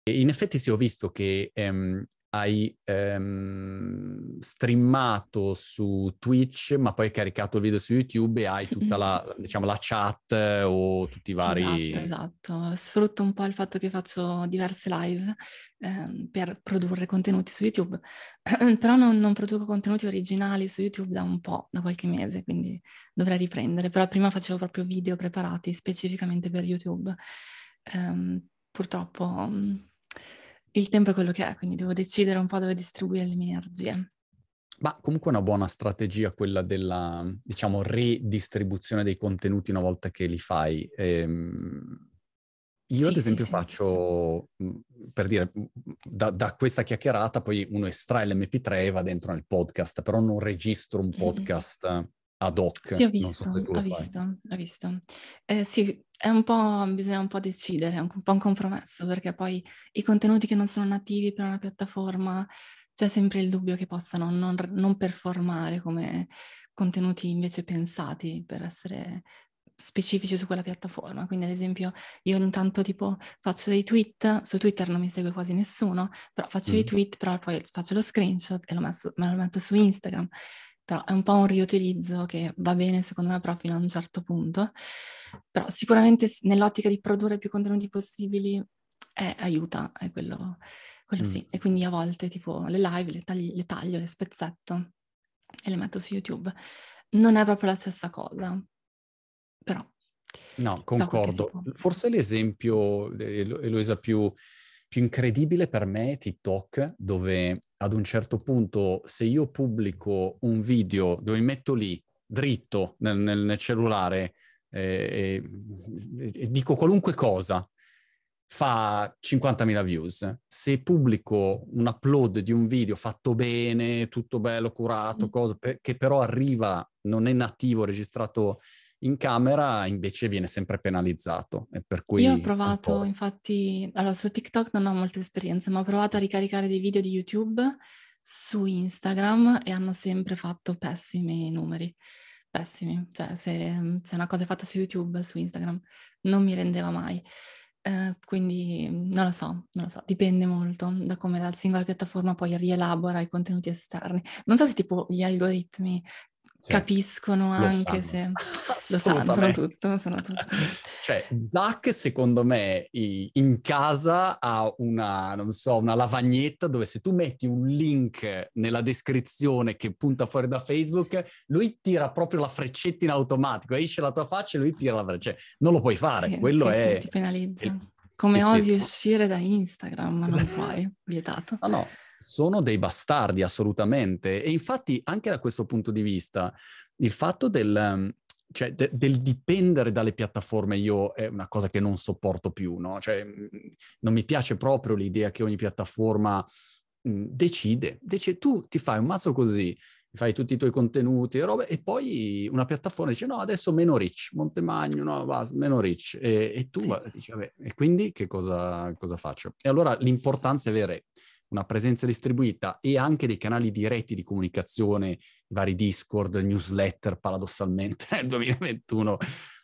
E in effetti sì, ho visto che hai streamato su Twitch, ma poi hai caricato il video su YouTube e hai tutta la, diciamo, la chat o tutti i Sì, esatto, vari... esatto. Sfrutto un po' il fatto che faccio diverse live per produrre contenuti su YouTube, però non produco contenuti originali su YouTube da un po', da qualche mese, quindi dovrei riprendere. Però prima facevo proprio video preparati specificamente per YouTube. Purtroppo il tempo è quello che è, quindi devo decidere un po' dove distribuire le mie energie. Ma comunque è una buona strategia quella della, diciamo, redistribuzione dei contenuti una volta che li fai. Io ad Sì, sì, esempio sì. faccio, per dire, da questa chiacchierata poi uno estrae l'MP3 e va dentro nel podcast, però non registro un Mm. podcast ad Sì, hoc, non so se tu lo ho fai. visto, ho visto. Sì, è un po', bisogna un po' decidere, è un po' un compromesso, perché poi i contenuti che non sono nativi per una piattaforma, c'è sempre il dubbio che possano non performare come contenuti invece pensati per essere specifici su quella piattaforma. Quindi, ad esempio, io ogni tanto tipo faccio dei tweet, su Twitter non mi segue quasi nessuno, però faccio dei Mm. tweet, però poi faccio lo screenshot e me lo metto su Instagram. Però è un po' un riutilizzo che va bene secondo me però fino a un certo punto. Però sicuramente nell'ottica di produrre più contenuti possibili aiuta, è quello Mm. sì. E quindi a volte tipo le live le taglio, le spezzetto e le metto su YouTube. Non è proprio la stessa cosa, però No, si fa quel che si concordo. può. Forse l'esempio, Eloisa, più incredibile per me è TikTok, dove ad un certo punto, se io pubblico un video dove mi metto lì, dritto, nel cellulare, e dico qualunque cosa, fa 50.000 views. Se pubblico un upload di un video fatto bene, tutto bello, curato, che però arriva, non è nativo, registrato in camera, invece viene sempre penalizzato. E per Io ho cui provato, concordo. infatti, allora su TikTok non ho molta esperienza, ma ho provato a ricaricare dei video di YouTube su Instagram e hanno sempre fatto pessimi numeri, pessimi. Cioè, se una cosa è fatta su YouTube, su Instagram, non mi rendeva mai. Quindi non lo so, dipende molto da come la singola piattaforma poi rielabora i contenuti esterni. Non so se tipo gli algoritmi Sì, capiscono lo anche sanno. se... Lo sanno, sono Assolutamente. tutto, sono tutto. Cioè, Zach, secondo me, in casa ha una, non so, una lavagnetta dove se tu metti un link nella descrizione che punta fuori da Facebook, lui tira proprio la freccetta in automatico, esce la tua faccia e lui tira la freccetta. Non lo puoi fare, Sì, quello sì, sì, è... ti penalizza. Sì, Come sì. osi uscire da Instagram, ma non puoi, vietato. No, no, sono dei bastardi assolutamente. E infatti anche da questo punto di vista, il fatto del dipendere dalle piattaforme io è una cosa che non sopporto più, no? Cioè, non mi piace proprio l'idea che ogni piattaforma decide. Tu ti fai un mazzo così, fai tutti i tuoi contenuti e robe, e poi una piattaforma dice no, adesso meno rich, Montemagno, no, va, meno rich. E tu Sì. dici, vabbè, e quindi che cosa faccio? E allora l'importanza è avere una presenza distribuita e anche dei canali diretti di comunicazione, vari Discord, newsletter, paradossalmente, nel 2021,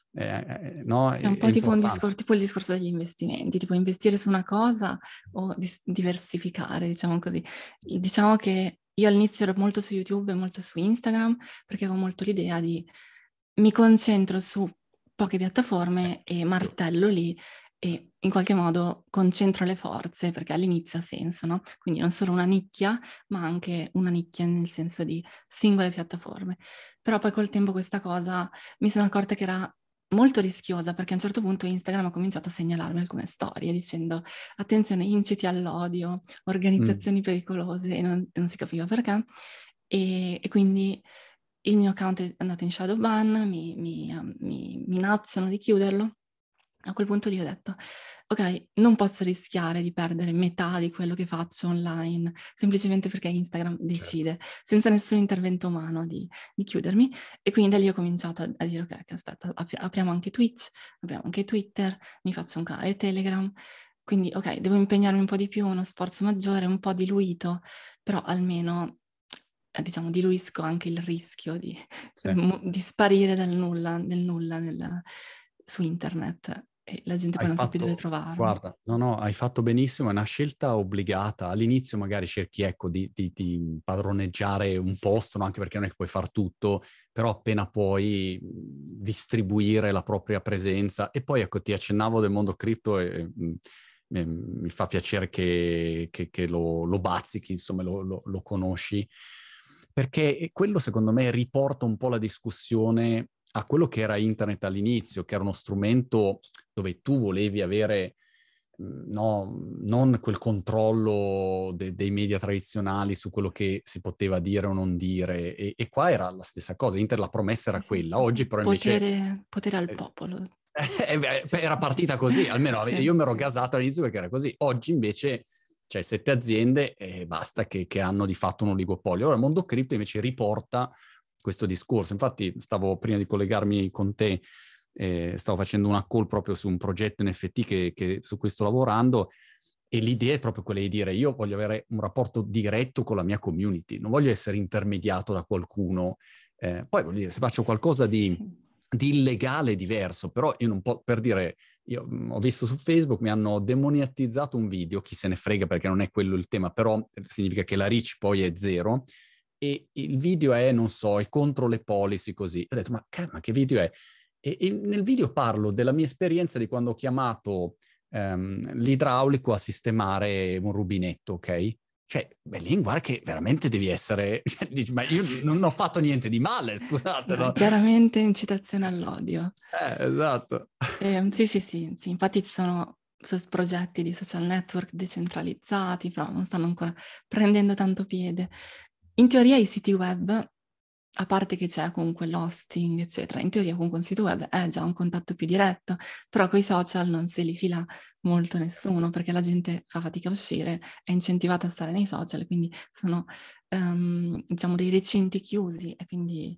no? È un È po' tipo importante. tipo il discorso degli investimenti, tipo investire su una cosa o diversificare, diciamo così. Diciamo che io all'inizio ero molto su YouTube e molto su Instagram perché avevo molto l'idea di mi concentro su poche Sì, piattaforme e giusto. martello lì e in qualche modo concentro le forze perché all'inizio ha senso, no? Quindi non solo una nicchia, ma anche una nicchia nel senso di singole piattaforme. Però poi col tempo questa cosa mi sono accorta che era molto rischiosa perché a un certo punto Instagram ha cominciato a segnalarmi alcune storie dicendo attenzione, inciti all'odio, Mm. organizzazioni pericolose e non si capiva perché. E quindi il mio account è andato in shadow ban, mi minacciano di chiuderlo. A quel punto lì ho detto, ok, non posso rischiare di perdere metà di quello che faccio online, semplicemente perché Instagram Certo. decide, senza nessun intervento umano, di chiudermi. E quindi da lì ho cominciato a dire, ok, aspetta, apriamo anche Twitch, apriamo anche Twitter, mi faccio un canale Telegram. Quindi, ok, devo impegnarmi un po' di più, uno sforzo maggiore, un po' diluito, però almeno, diciamo, diluisco anche il rischio di, Sì. di sparire nel nulla su internet. e la gente poi non sa più dove trovarlo. Guarda, no, hai fatto benissimo, è una scelta obbligata. All'inizio magari cerchi, ecco, di padroneggiare un posto, no? Anche perché non è che puoi far tutto, però appena puoi distribuire la propria presenza. E poi, ecco, ti accennavo del mondo cripto e mi fa piacere che lo bazzichi, insomma, lo conosci, perché quello secondo me riporta un po' la discussione a quello che era internet all'inizio, che era uno strumento dove tu volevi avere non quel controllo dei media tradizionali su quello che si poteva dire o non dire, e qua era la stessa cosa. La promessa era quella, oggi però invece potere al popolo. Era partita così, almeno io mi ero gasato all'inizio perché era così. Oggi invece c'è 7 aziende e basta che hanno di fatto un oligopolio. Ora il mondo cripto invece riporta questo discorso. Infatti stavo, prima di collegarmi con te, stavo facendo una call proprio su un progetto NFT che su cui sto lavorando, e l'idea è proprio quella di dire: io voglio avere un rapporto diretto con la mia community, non voglio essere intermediato da qualcuno. Poi voglio dire, se faccio qualcosa di illegale diverso, però io non posso, per dire, io ho visto su Facebook, mi hanno demoniatizzato un video, chi se ne frega perché non è quello il tema, però significa che la reach poi è zero, e il video è, non so, è contro le policy, così. Ho detto, ma che video è? E nel video parlo della mia esperienza di quando ho chiamato l'idraulico a sistemare un rubinetto, ok? Cioè, lì guarda che veramente devi essere... Dici, ma io non ho fatto niente di male, scusate. No, No? chiaramente incitazione all'odio. Esatto. Sì, infatti ci sono progetti di social network decentralizzati, però non stanno ancora prendendo tanto piede. In teoria i siti web, a parte che c'è comunque l'hosting, eccetera, in teoria comunque un sito web è già un contatto più diretto, però con i social non se li fila molto nessuno, perché la gente fa fatica a uscire, è incentivata a stare nei social, quindi sono, diciamo, dei recinti chiusi, e quindi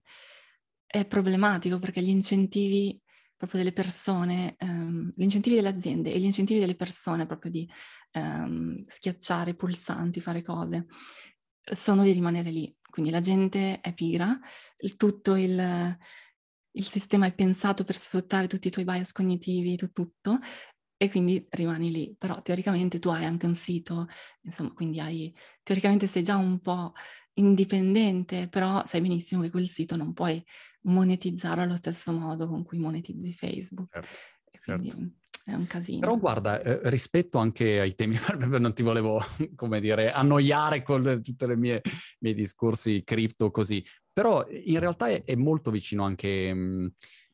è problematico perché gli incentivi proprio delle persone, gli incentivi delle aziende e gli incentivi delle persone proprio di schiacciare i pulsanti, fare cose, sono di rimanere lì. Quindi la gente è pigra, tutto il sistema è pensato per sfruttare tutti i tuoi bias cognitivi, tutto, e quindi rimani lì. Però teoricamente tu hai anche un sito, insomma, quindi teoricamente sei già un po' indipendente, però sai benissimo che quel sito non puoi monetizzare allo stesso modo con cui monetizzi Facebook. Certo, E quindi certo. è un casino. Però guarda, rispetto anche ai temi, non ti volevo, come dire, annoiare con tutti i miei discorsi cripto così, però in realtà è molto vicino anche,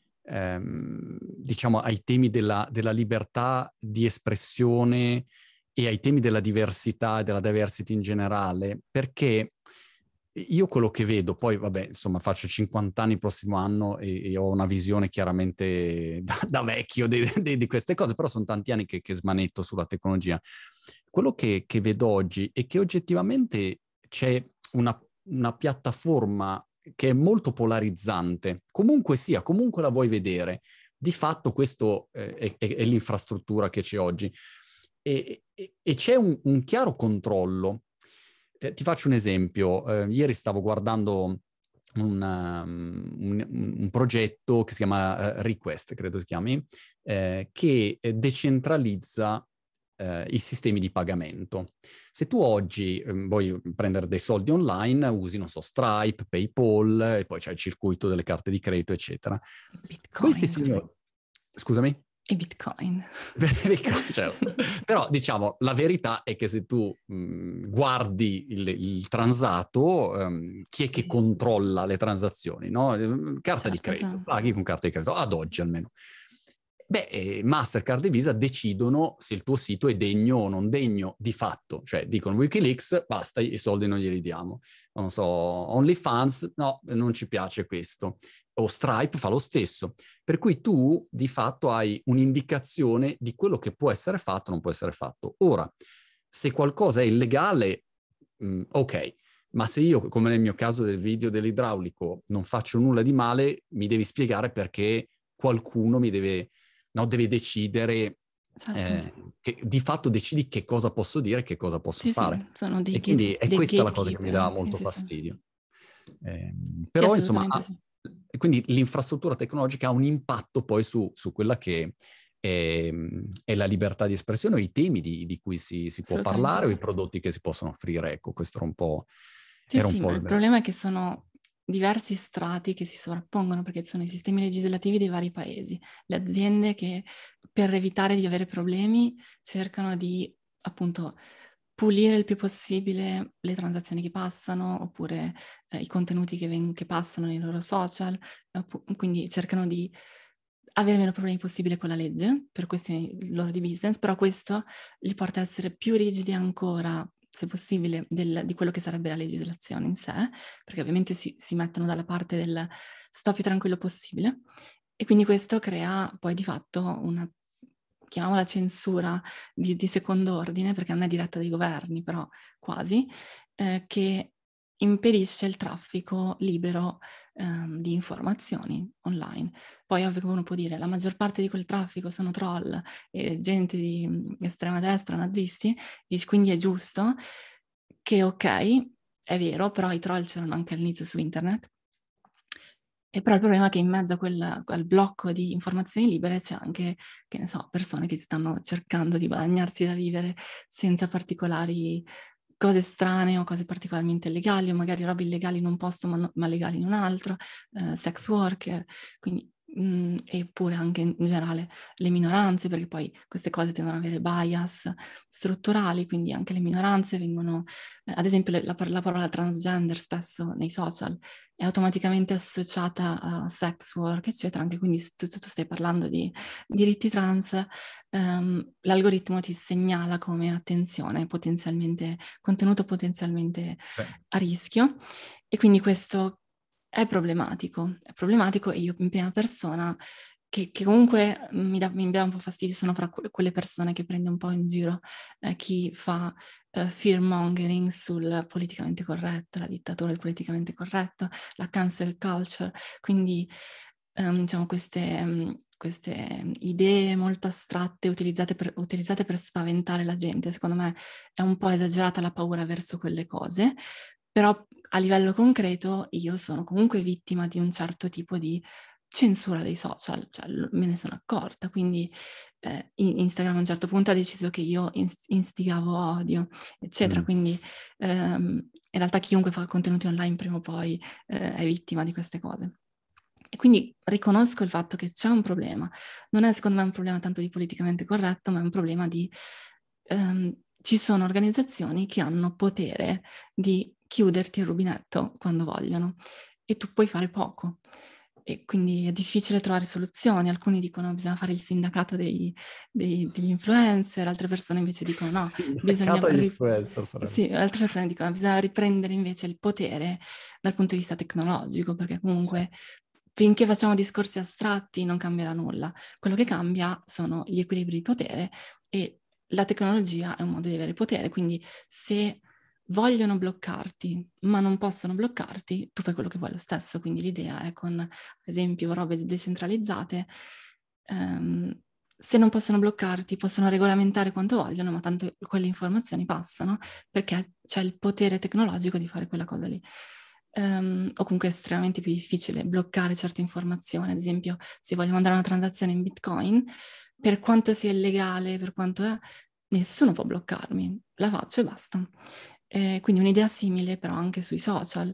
diciamo, ai temi della libertà di espressione e ai temi della diversità e della diversity in generale, perché io quello che vedo, poi vabbè, insomma, faccio 50 anni il prossimo anno e ho una visione chiaramente da vecchio di queste cose, però sono tanti anni che smanetto sulla tecnologia. Quello che vedo oggi è che oggettivamente c'è una piattaforma che è molto polarizzante, comunque sia, comunque la vuoi vedere. Di fatto questo è l'infrastruttura che c'è oggi. E c'è un chiaro controllo. Ti faccio un esempio. Ieri stavo guardando un progetto che si chiama Request, credo si chiami, che decentralizza i sistemi di pagamento. Se tu oggi vuoi prendere dei soldi online, usi, non so, Stripe, PayPal, e poi c'è il circuito delle carte di credito, eccetera. Bitcoin. Questi signori... Scusami? E Bitcoin. Certo. Però diciamo, la verità è che se tu guardi il transato, chi è che controlla le transazioni? No? Carta di credito, paghi con carta di credito, ad oggi almeno. Mastercard e Visa decidono se il tuo sito è degno o non degno di fatto, cioè dicono Wikileaks, basta, i soldi non glieli diamo. Non so, OnlyFans, no, non ci piace questo. O Stripe fa lo stesso. Per cui tu di fatto hai un'indicazione di quello che può essere fatto o non può essere fatto. Ora, se qualcosa è illegale, ok, ma se io, come nel mio caso del video dell'idraulico, non faccio nulla di male, mi devi spiegare perché qualcuno mi deve decidere, che di fatto decidi che cosa posso dire e che cosa posso fare. Sì, sono E quindi è questa la cosa che mi dà molto sì, fastidio. Però insomma, quindi l'infrastruttura tecnologica ha un impatto poi su quella che e la libertà di espressione, o i temi di cui si può parlare, o i Sì. prodotti che si possono offrire. Ecco, questo era un po'... Sì, sì, ma il problema è che sono diversi strati che si sovrappongono, perché sono i sistemi legislativi dei vari paesi. Le aziende che, per evitare di avere problemi, cercano di, appunto, pulire il più possibile le transazioni che passano, oppure i contenuti che passano nei loro social, quindi cercano di avere meno problemi possibile con la legge, per questioni loro di business, però questo li porta a essere più rigidi ancora, se possibile, di quello che sarebbe la legislazione in sé, perché ovviamente si mettono dalla parte del sto più tranquillo possibile, e quindi questo crea poi di fatto una, chiamiamola censura di secondo ordine, perché non è diretta dai governi, però quasi, che impedisce il traffico libero di informazioni online. Poi ovvio che uno può dire la maggior parte di quel traffico sono troll e gente di estrema destra, nazisti, quindi è giusto che ok, è vero, però i troll c'erano anche all'inizio su internet. E però il problema è che in mezzo a al blocco di informazioni libere c'è anche, che ne so, persone che stanno cercando di guadagnarsi da vivere senza particolari cose strane o cose particolarmente illegali, o magari robe illegali in un posto ma legali in un altro, sex worker, quindi eppure anche in generale le minoranze, perché poi queste cose tendono ad avere bias strutturali, quindi anche le minoranze vengono, ad esempio la parola transgender spesso nei social è automaticamente associata a sex work, eccetera, anche quindi se tu stai parlando di diritti trans, l'algoritmo ti segnala come attenzione, contenuto potenzialmente a rischio, e quindi questo è problematico e io in prima persona, che comunque mi dà un po' fastidio, sono fra quelle persone che prende un po' in giro chi fa fear mongering sul politicamente corretto, la dittatura del politicamente corretto, la cancel culture, quindi diciamo queste idee molto astratte utilizzate per spaventare la gente. Secondo me è un po' esagerata la paura verso quelle cose, però a livello concreto io sono comunque vittima di un certo tipo di censura dei social, cioè me ne sono accorta, quindi Instagram a un certo punto ha deciso che io instigavo odio, eccetera, quindi in realtà chiunque fa contenuti online prima o poi è vittima di queste cose. E quindi riconosco il fatto che c'è un problema. Non è secondo me un problema tanto di politicamente corretto, ma è un problema di... ci sono organizzazioni che hanno potere di chiuderti il rubinetto quando vogliono e tu puoi fare poco. E quindi è difficile trovare soluzioni. Alcuni dicono che bisogna fare il sindacato degli influencer, altre persone invece dicono no, bisogna... Sì, altre persone dicono bisogna riprendere invece il potere dal punto di vista tecnologico, perché comunque finché facciamo discorsi astratti non cambierà nulla. Quello che cambia sono gli equilibri di potere e la tecnologia è un modo di avere potere, quindi se vogliono bloccarti ma non possono bloccarti, tu fai quello che vuoi lo stesso. Quindi l'idea è con, ad esempio, robe decentralizzate, se non possono bloccarti possono regolamentare quanto vogliono, ma tanto quelle informazioni passano perché c'è il potere tecnologico di fare quella cosa lì. O comunque è estremamente più difficile bloccare certe informazioni. Ad esempio, se voglio mandare una transazione in Bitcoin, per quanto sia illegale, per quanto è, nessuno può bloccarmi, la faccio e basta. Quindi un'idea simile però anche sui social.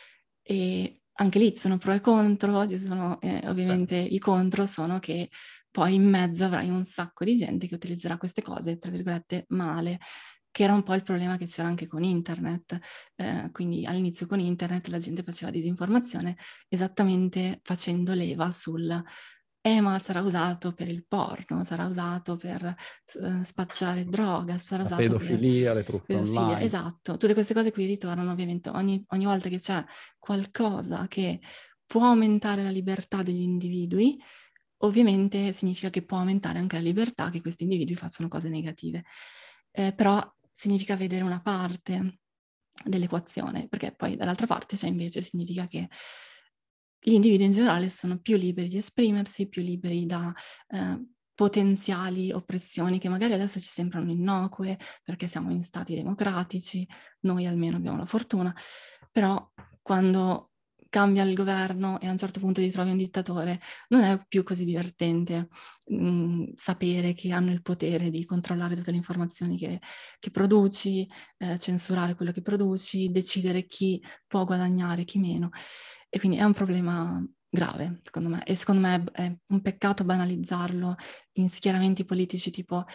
E anche lì ci sono pro e contro, ci sono ovviamente i contro sono che poi in mezzo avrai un sacco di gente che utilizzerà queste cose, tra virgolette, male, che era un po' il problema che c'era anche con internet. Quindi all'inizio con internet la gente faceva disinformazione esattamente facendo leva sul ma sarà usato per il porno, sarà usato per spacciare droga, sarà la usato per pedofilia, le truffe pedofilia. online. Esatto, tutte queste cose qui ritornano ovviamente ogni volta che c'è qualcosa che può aumentare la libertà degli individui, ovviamente significa che può aumentare anche la libertà che questi individui facciano cose negative. Però significa vedere una parte dell'equazione, perché poi dall'altra parte c'è invece significa che gli individui in generale sono più liberi di esprimersi, più liberi da potenziali oppressioni che magari adesso ci sembrano innocue perché siamo in stati democratici, noi almeno abbiamo la fortuna, però quando cambia il governo e a un certo punto ti trovi un dittatore, non è più così divertente sapere che hanno il potere di controllare tutte le informazioni che produci, censurare quello che produci, decidere chi può guadagnare, chi meno. E quindi è un problema grave, secondo me. E secondo me è un peccato banalizzarlo in schieramenti politici tipo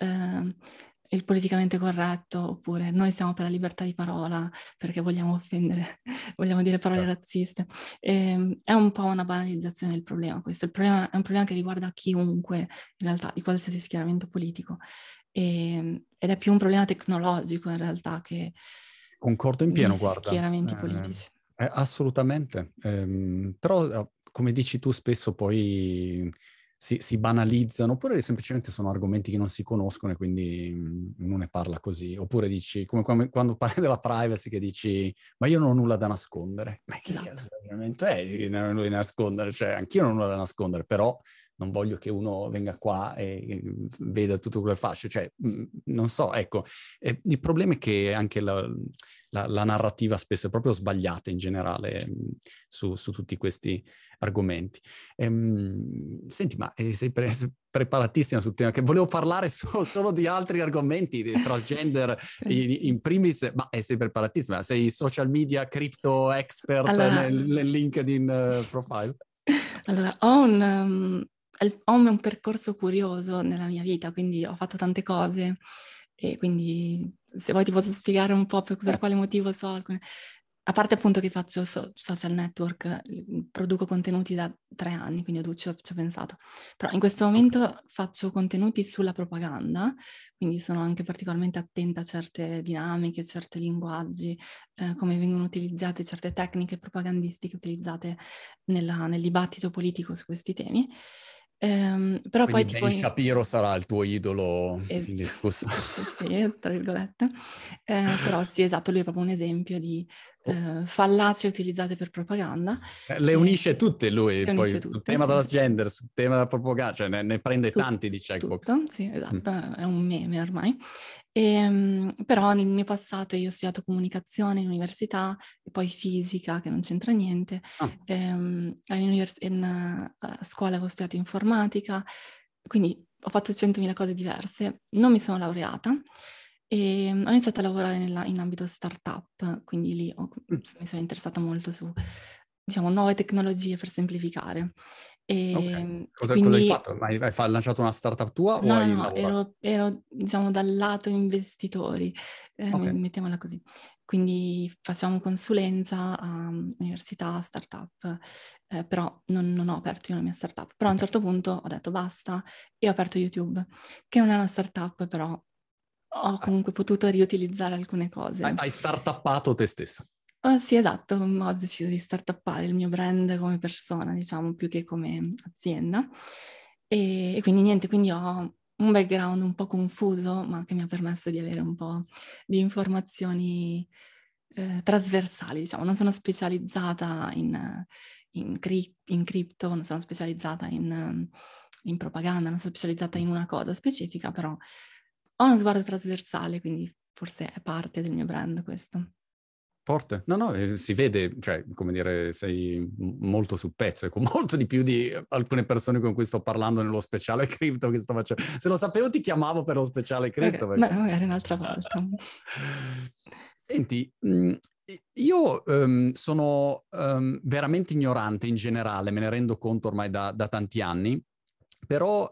il politicamente corretto, oppure noi siamo per la libertà di parola perché vogliamo offendere, vogliamo dire parole razziste. È un po' una banalizzazione del problema questo. Il problema è un problema che riguarda chiunque, in realtà, di qualsiasi schieramento politico. Ed è più un problema tecnologico, in realtà, che Concordo in di pieno, guarda. schieramenti politici. Assolutamente. Però, come dici tu, spesso poi si banalizzano, oppure semplicemente sono argomenti che non si conoscono e quindi uno ne parla così. Oppure dici, come quando parli della privacy, che dici, ma io non ho nulla da nascondere. Ma che cazzo di argomento è che non ho nulla da nascondere? Cioè, anch'io non ho nulla da nascondere, però non voglio che uno venga qua e veda tutto quello che faccio. Cioè, non so, ecco. Il problema è che anche la narrativa spesso è proprio sbagliata in generale su tutti questi argomenti. Senti, ma sei preparatissima sul tema, che volevo parlare solo di altri argomenti, di transgender in primis, ma sei preparatissima? Sei social media crypto expert nel LinkedIn profile? Allora, ho un percorso curioso nella mia vita, quindi ho fatto tante cose e quindi se vuoi ti posso spiegare un po' per quale motivo so alcune... A parte appunto che faccio social network, produco contenuti da 3 anni, quindi ci ho pensato. Però in questo momento faccio contenuti sulla propaganda, quindi sono anche particolarmente attenta a certe dinamiche, certi linguaggi, come vengono utilizzate certe tecniche propagandistiche utilizzate nel dibattito politico su questi temi. Però Quindi poi Ben Shapiro sarà il tuo idolo indiscusso. Sì, tra virgolette. Però sì, esatto, lui è proprio un esempio di fallacie utilizzate per propaganda. Le unisce tutte lui, Le poi unisce sul tutte, tema sì. transgender, sul tema della propaganda, cioè ne prende tanti di checkbox. Tutto, sì, esatto, è un meme ormai. Però nel mio passato io ho studiato comunicazione in università e poi fisica, che non c'entra niente. A scuola avevo studiato informatica, quindi ho fatto 100.000 cose diverse. Non mi sono laureata e ho iniziato a lavorare in ambito startup, quindi lì mi sono interessata molto su, diciamo, nuove tecnologie per semplificare. Ok. Cosa hai Quindi fatto? Hai lanciato una startup tua o hai no, lavorato? ero diciamo dal lato investitori, Ok. mettiamola così. Quindi facciamo consulenza a università, startup, però non ho aperto io la mia startup. Però a un certo punto ho detto basta e ho aperto YouTube, che non è una startup, però ho comunque potuto riutilizzare alcune cose. Hai startuppato te stessa. Oh, sì, esatto, ho deciso di startuppare il mio brand come persona, diciamo, più che come azienda. E quindi niente, quindi ho un background un po' confuso, ma che mi ha permesso di avere un po' di informazioni trasversali, diciamo. Non sono specializzata in cripto, non sono specializzata in propaganda, non sono specializzata in una cosa specifica, però ho uno sguardo trasversale, quindi forse è parte del mio brand questo. Forte. No, si vede, cioè, come dire, sei molto sul pezzo, ecco, molto di più di alcune persone con cui sto parlando nello speciale cripto che sto facendo. Se lo sapevo ti chiamavo per lo speciale cripto. Ok, ma magari un'altra volta. Senti, io sono veramente ignorante in generale, me ne rendo conto ormai da tanti anni. Però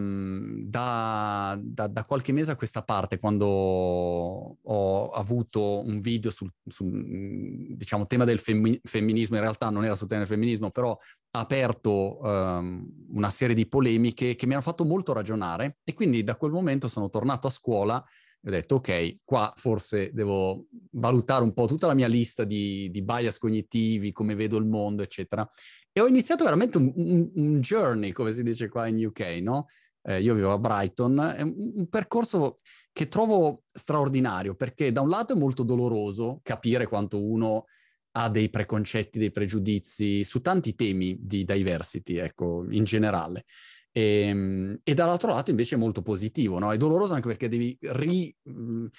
da qualche mese a questa parte, quando ho avuto un video sul diciamo, tema del femminismo, in realtà non era sul tema del femminismo, però ha aperto una serie di polemiche che mi hanno fatto molto ragionare e quindi da quel momento sono tornato a scuola e ho detto, ok, qua forse devo valutare un po' tutta la mia lista di bias cognitivi, come vedo il mondo, eccetera. E ho iniziato veramente un journey, come si dice qua in UK, no? Io vivo a Brighton, è un percorso che trovo straordinario, perché da un lato è molto doloroso capire quanto uno ha dei preconcetti, dei pregiudizi su tanti temi di diversity, ecco, in generale. E dall'altro lato invece è molto positivo, no? È doloroso anche perché devi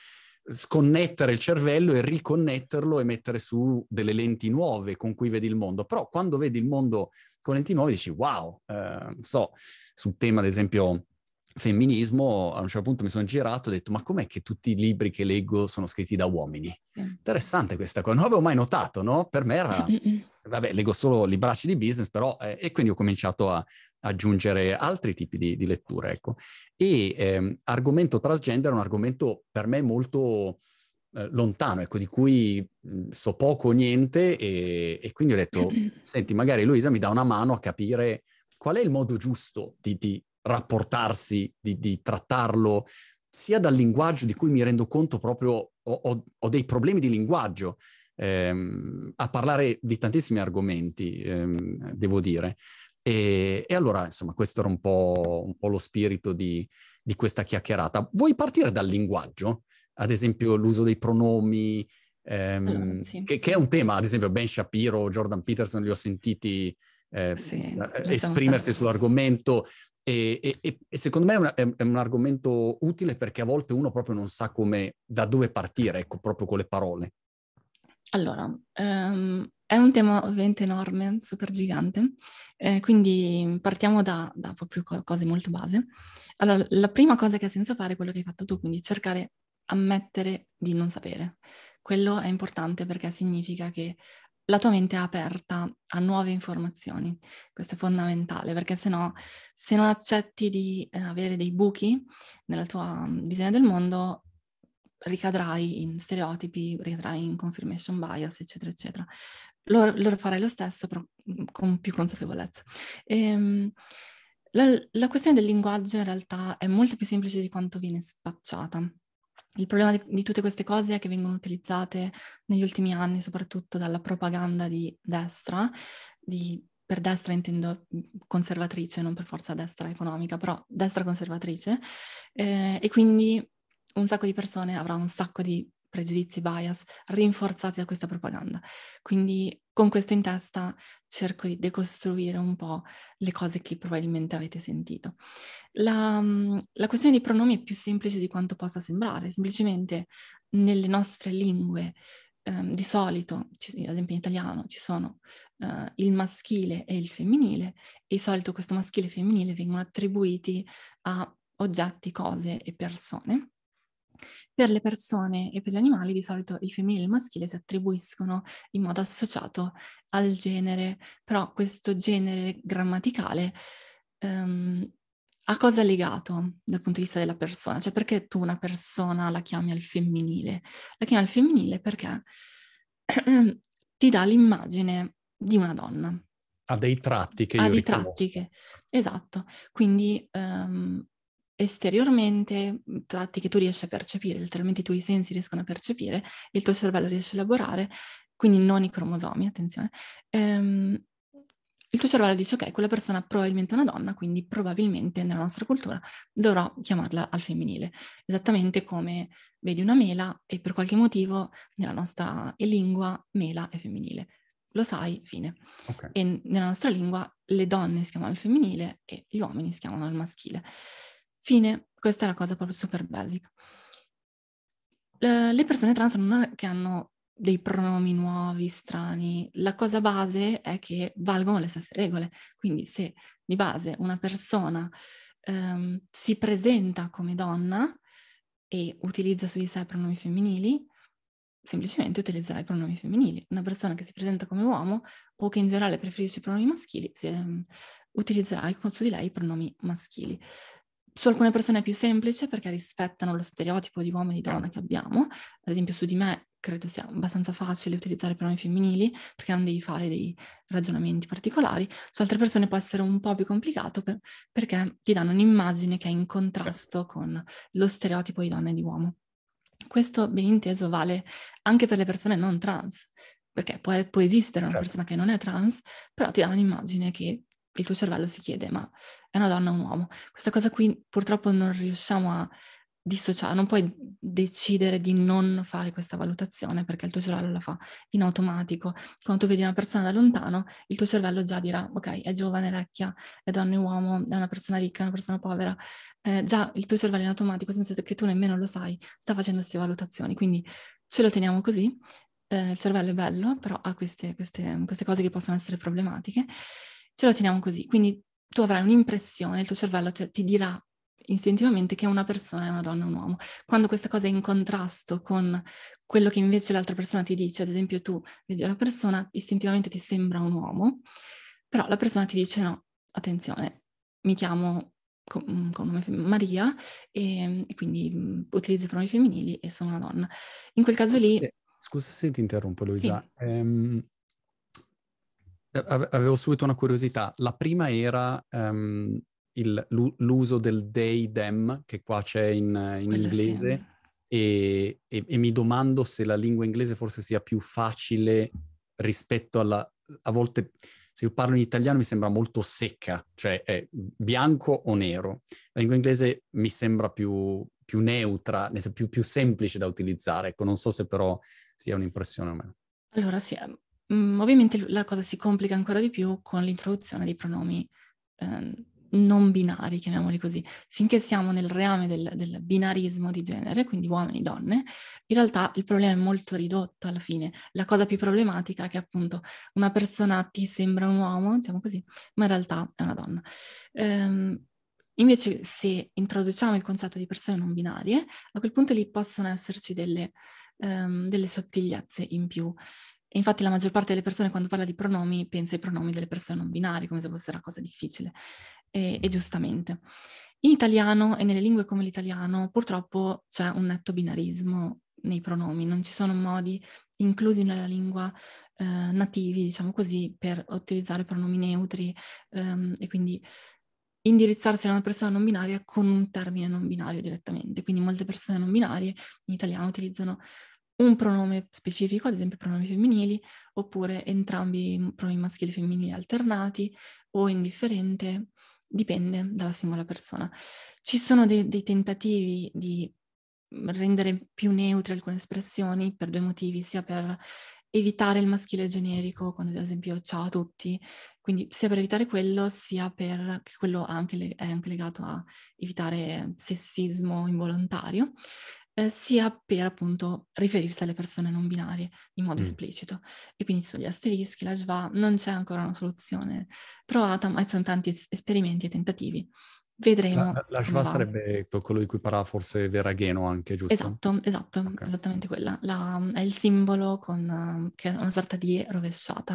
sconnettere il cervello e riconnetterlo e mettere su delle lenti nuove con cui vedi il mondo. Però quando vedi il mondo con lenti nuove dici wow, sul tema ad esempio femminismo, a un certo punto mi sono girato e ho detto ma com'è che tutti i libri che leggo sono scritti da uomini? Interessante questa cosa, non avevo mai notato, no? Per me era, vabbè, leggo solo libracci di business, però, e quindi ho cominciato a aggiungere altri tipi di letture, ecco. E argomento transgender è un argomento per me molto lontano, ecco, di cui so poco o niente, e quindi ho detto, senti, magari Luisa mi dà una mano a capire qual è il modo giusto di rapportarsi, di trattarlo, sia dal linguaggio di cui mi rendo conto proprio, ho dei problemi di linguaggio, a parlare di tantissimi argomenti, devo dire. E allora, insomma, questo era un po' lo spirito di questa chiacchierata. Vuoi partire dal linguaggio? Ad esempio, l'uso dei pronomi, Allora, sì. che è un tema, ad esempio, Ben Shapiro, Jordan Peterson, li ho sentiti Sì, esprimersi sull'argomento. E secondo me è un argomento utile perché a volte uno proprio non sa da dove partire, ecco, proprio con le parole. Allora, è un tema ovviamente enorme, super gigante, quindi partiamo da proprio cose molto base. Allora, la prima cosa che ha senso fare è quello che hai fatto tu, quindi cercare, ammettere di non sapere. Quello è importante perché significa che la tua mente è aperta a nuove informazioni. Questo è fondamentale, perché se no, se non accetti di avere dei buchi nella tua visione del mondo, ricadrai in stereotipi, ricadrai in confirmation bias, eccetera, eccetera. Loro farai lo stesso, però con più consapevolezza. La questione del linguaggio in realtà è molto più semplice di quanto viene spacciata. Il problema di tutte queste cose è che vengono utilizzate negli ultimi anni, soprattutto dalla propaganda di destra, per destra intendo conservatrice, non per forza destra economica, però destra conservatrice, e quindi un sacco di persone avrà un sacco di pregiudizi, bias, rinforzati da questa propaganda. Quindi con questo in testa cerco di decostruire un po' le cose che probabilmente avete sentito. La questione dei pronomi è più semplice di quanto possa sembrare, semplicemente nelle nostre lingue di solito, ad esempio in italiano, ci sono il maschile e il femminile, e di solito questo maschile e femminile vengono attribuiti a oggetti, cose e persone. Per le persone e per gli animali di solito il femminile e il maschile si attribuiscono in modo associato al genere, però questo genere grammaticale a cosa è legato dal punto di vista della persona? Cioè perché tu una persona la chiami al femminile? La chiami al femminile perché ti dà l'immagine di una donna. Ha dei tratti che Ha io dei riconosco. tratti che... Esatto. Quindi esteriormente tratti che tu riesci a percepire, letteralmente i tuoi sensi riescono a percepire, il tuo cervello riesce a elaborare, quindi non i cromosomi, attenzione. Il tuo cervello dice ok, quella persona è probabilmente una donna, quindi probabilmente nella nostra cultura dovrò chiamarla al femminile. Esattamente come vedi una mela e per qualche motivo nella nostra lingua mela è femminile. Lo sai, fine. Okay. E nella nostra lingua le donne si chiamano al femminile e gli uomini si chiamano al maschile. Fine, questa è la cosa proprio super basic. Le persone trans non è che hanno dei pronomi nuovi, strani. La cosa base è che valgono le stesse regole. Quindi se di base una persona si presenta come donna e utilizza su di sé pronomi femminili, semplicemente utilizzerà i pronomi femminili. Una persona che si presenta come uomo o che in generale preferisce i pronomi maschili, utilizzerà su di lei i pronomi maschili. Su alcune persone è più semplice perché rispettano lo stereotipo di uomo e di donna che abbiamo. Ad esempio su di me credo sia abbastanza facile utilizzare i pronomi femminili perché non devi fare dei ragionamenti particolari. Su altre persone può essere un po' più complicato perché ti danno un'immagine che è in contrasto con lo stereotipo di donna e di uomo. Questo, ben inteso, vale anche per le persone non trans, perché può esistere una persona che non è trans, però ti dà un'immagine che il tuo cervello si chiede, ma è una donna o un uomo? Questa cosa qui purtroppo non riusciamo a dissociare, non puoi decidere di non fare questa valutazione perché il tuo cervello la fa in automatico. Quando tu vedi una persona da lontano, il tuo cervello già dirà, ok, è giovane, è vecchia, è donna, è uomo, è una persona ricca, è una persona povera. Già il tuo cervello in automatico, senza che tu nemmeno lo sai, sta facendo queste valutazioni. Quindi ce lo teniamo così. Il cervello è bello, però ha queste cose che possono essere problematiche. Ce lo teniamo così. Quindi tu avrai un'impressione, il tuo cervello ti dirà istintivamente che una persona è una donna o un uomo. Quando questa cosa è in contrasto con quello che invece l'altra persona ti dice, ad esempio tu vedi una persona, istintivamente ti sembra un uomo, però la persona ti dice no, attenzione, mi chiamo con nome Maria e quindi utilizzo i pronomi femminili e sono una donna. In quel caso lì... Scusa se ti interrompo, Luisa. Sì. Avevo subito una curiosità. La prima era l'uso del they, them, che qua c'è in Quella sì. inglese, e mi domando se la lingua inglese forse sia più facile rispetto alla... A volte, se io parlo in italiano, mi sembra molto secca, cioè è bianco o nero. La lingua inglese mi sembra più neutra, più semplice da utilizzare. Ecco, non so se però sia un'impressione o meno. Allora sì, ovviamente la cosa si complica ancora di più con l'introduzione dei pronomi non binari, chiamiamoli così. Finché siamo nel reame del binarismo di genere, quindi uomini e donne, in realtà il problema è molto ridotto alla fine. La cosa più problematica è che appunto una persona ti sembra un uomo, diciamo così, ma in realtà è una donna. Invece se introduciamo il concetto di persone non binarie, a quel punto lì possono esserci delle sottigliezze in più. E infatti la maggior parte delle persone quando parla di pronomi pensa ai pronomi delle persone non binarie, come se fosse una cosa difficile, e giustamente. In italiano e nelle lingue come l'italiano purtroppo c'è un netto binarismo nei pronomi, non ci sono modi inclusi nella lingua nativi, diciamo così, per utilizzare pronomi neutri e quindi indirizzarsi a una persona non binaria con un termine non binario direttamente. Quindi molte persone non binarie in italiano utilizzano un pronome specifico, ad esempio pronomi femminili, oppure entrambi pronomi maschili e femminili alternati o indifferente, dipende dalla singola persona. Ci sono dei tentativi di rendere più neutre alcune espressioni per due motivi, sia per evitare il maschile generico, quando ad esempio ciao a tutti, quindi sia per evitare quello, sia per che quello è anche legato a evitare sessismo involontario, sia per appunto riferirsi alle persone non binarie in modo esplicito. E quindi ci sono gli asterischi, la schwa, non c'è ancora una soluzione trovata, ma ci sono tanti esperimenti e tentativi. Vedremo La come schwa va. sarebbe quello di cui parlava forse Veragheno anche, giusto? Esatto, Okay. esattamente quella. È il simbolo che è una sorta di E rovesciata.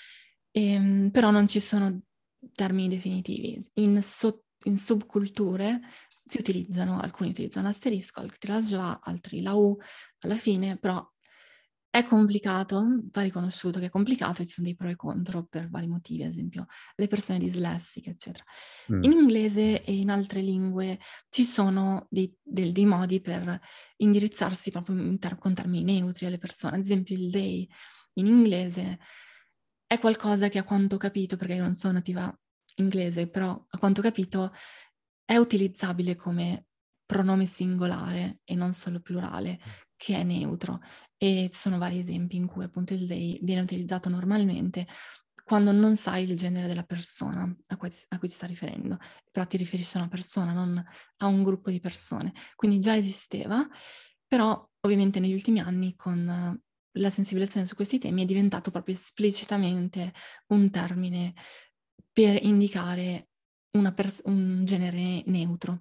Però non ci sono termini definitivi. In subculture si utilizzano, alcuni utilizzano l'asterisco, altri la schwa, altri la U alla fine, però è complicato, va riconosciuto che è complicato, ci sono dei pro e contro per vari motivi, ad esempio le persone dislessiche, eccetera. In inglese e in altre lingue ci sono dei modi per indirizzarsi proprio con termini neutri alle persone. Ad esempio il they in inglese è qualcosa che a quanto ho capito, perché io non sono nativa inglese, però a quanto ho capito è utilizzabile come pronome singolare e non solo plurale, che è neutro. E ci sono vari esempi in cui appunto il they viene utilizzato normalmente quando non sai il genere della persona a cui ti sta riferendo, però ti riferisci a una persona, non a un gruppo di persone. Quindi già esisteva, però ovviamente negli ultimi anni con la sensibilizzazione su questi temi è diventato proprio esplicitamente un termine per indicare un genere neutro.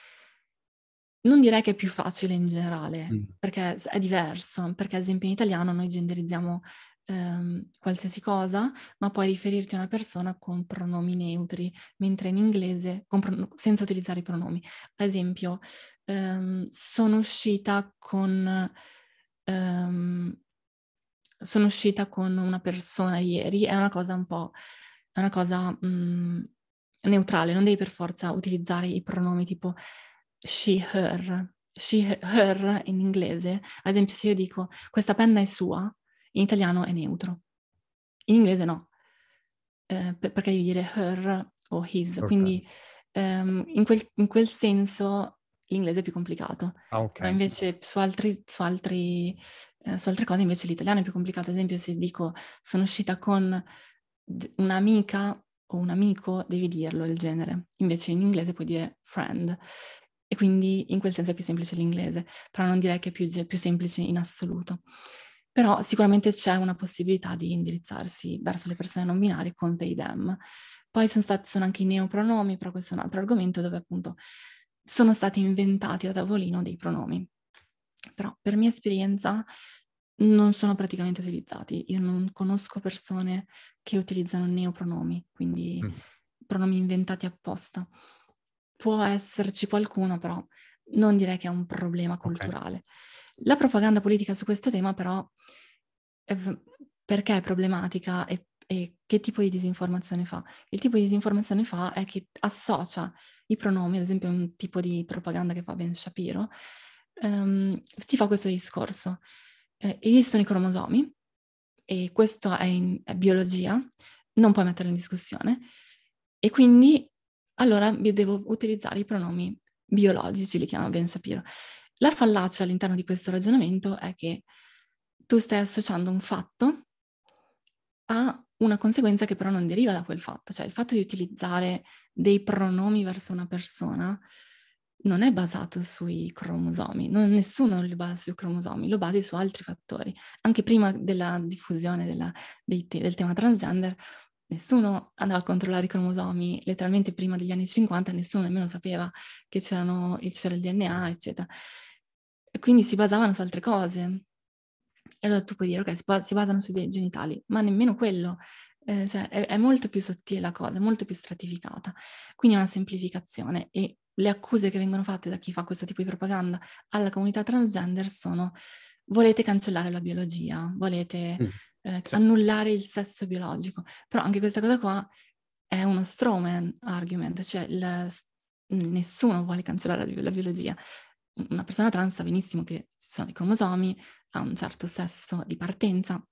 Non direi che è più facile in generale, perché è diverso, perché ad esempio in italiano noi genderizziamo qualsiasi cosa, ma puoi riferirti a una persona con pronomi neutri, mentre in inglese senza utilizzare i pronomi. Ad esempio, sono uscita con una persona ieri, è una cosa neutrale, non devi per forza utilizzare i pronomi tipo she, her. She, her in inglese, ad esempio se io dico questa penna è sua, in italiano è neutro, in inglese no, perché devi dire her o his, Okay. quindi in quel senso l'inglese è più complicato. Ok. Però invece su altre cose invece l'italiano è più complicato. Ad esempio, se dico sono uscita con un'amica o un amico, devi dirlo il genere. Invece in inglese puoi dire friend. E quindi in quel senso è più semplice l'inglese, però non direi che è più semplice in assoluto. Però sicuramente c'è una possibilità di indirizzarsi verso le persone non binarie con they, them. Poi sono anche i neopronomi, però questo è un altro argomento dove appunto sono stati inventati a tavolino dei pronomi. Però per mia esperienza non sono praticamente utilizzati. Io non conosco persone che utilizzano neopronomi, quindi pronomi inventati apposta. Può esserci qualcuno, però non direi che è un problema culturale. La propaganda politica su questo tema, però, perché è problematica e che tipo di disinformazione fa? Il tipo di disinformazione fa è che associa i pronomi, ad esempio un tipo di propaganda che fa Ben Shapiro, ti fa questo discorso. Esistono i cromosomi, e questo è biologia, non puoi metterlo in discussione, e quindi allora devo utilizzare i pronomi biologici, li chiama Ben Shapiro. La fallacia all'interno di questo ragionamento è che tu stai associando un fatto a una conseguenza che però non deriva da quel fatto. Cioè il fatto di utilizzare dei pronomi verso una persona non è basato sui cromosomi, nessuno li basa sui cromosomi, lo basi su altri fattori. Anche prima della diffusione del tema transgender, nessuno andava a controllare i cromosomi, letteralmente prima degli anni 50 nessuno nemmeno sapeva che c'era il DNA, eccetera. E quindi si basavano su altre cose. E allora tu puoi dire, ok, si basano sui genitali, ma nemmeno quello. Cioè è molto più sottile la cosa, è molto più stratificata. Quindi è una semplificazione, e le accuse che vengono fatte da chi fa questo tipo di propaganda alla comunità transgender sono: volete cancellare la biologia, volete Sì. annullare il sesso biologico. Però anche questa cosa qua è uno strawman argument, cioè nessuno vuole cancellare la biologia. Una persona trans sa benissimo che ci sono i cromosomi, ha un certo sesso di partenza.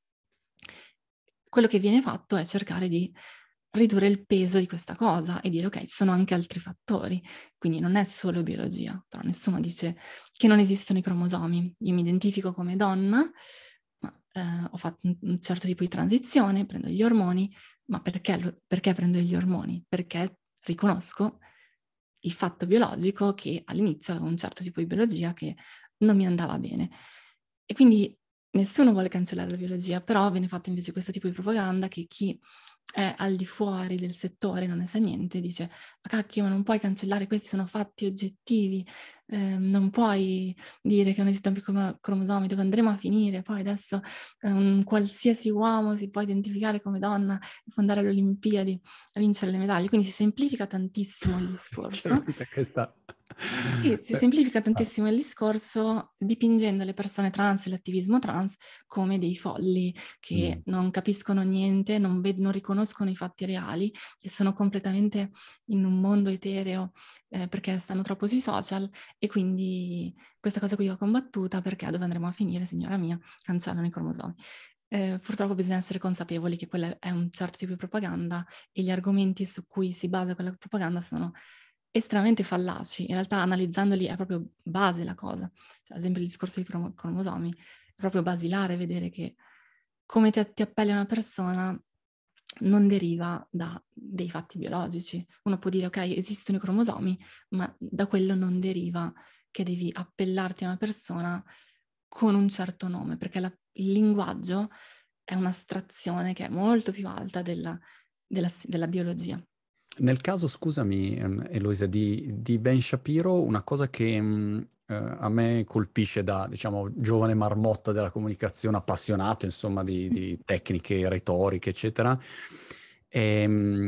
Quello che viene fatto è cercare di ridurre il peso di questa cosa e dire ok, ci sono anche altri fattori, quindi non è solo biologia, però nessuno dice che non esistono i cromosomi. Io mi identifico come donna, ma ho fatto un certo tipo di transizione, prendo gli ormoni, ma perché prendo gli ormoni? Perché riconosco il fatto biologico che all'inizio avevo un certo tipo di biologia che non mi andava bene. E quindi nessuno vuole cancellare la biologia, però viene fatto invece questo tipo di propaganda che chi è al di fuori del settore, non ne sa niente, dice: ma cacchio, ma non puoi cancellare, questi sono fatti oggettivi, non puoi dire che non esistono più cromosomi, dove andremo a finire? Poi adesso qualsiasi uomo si può identificare come donna e fondare le Olimpiadi, a vincere le medaglie, quindi si semplifica tantissimo il discorso. Questa... Sì, si semplifica tantissimo il discorso dipingendo le persone trans e l'attivismo trans come dei folli che non capiscono niente, non riconoscono i fatti reali, che sono completamente in un mondo etereo perché stanno troppo sui social, e quindi questa cosa qui va combattuta perché dove andremo a finire, signora mia? Cancellano i cromosomi. Purtroppo bisogna essere consapevoli che quella è un certo tipo di propaganda e gli argomenti su cui si basa quella propaganda sono estremamente fallaci. In realtà analizzandoli è proprio base la cosa. Cioè, ad esempio il discorso dei cromosomi è proprio basilare vedere che come ti appelli a una persona non deriva da dei fatti biologici. Uno può dire ok, esistono i cromosomi, ma da quello non deriva che devi appellarti a una persona con un certo nome, perché il linguaggio è un'astrazione che è molto più alta della biologia. Nel caso, scusami, Eloisa, di Ben Shapiro, una cosa che a me colpisce da, diciamo, giovane marmotta della comunicazione, appassionato, insomma, di tecniche retoriche, eccetera, è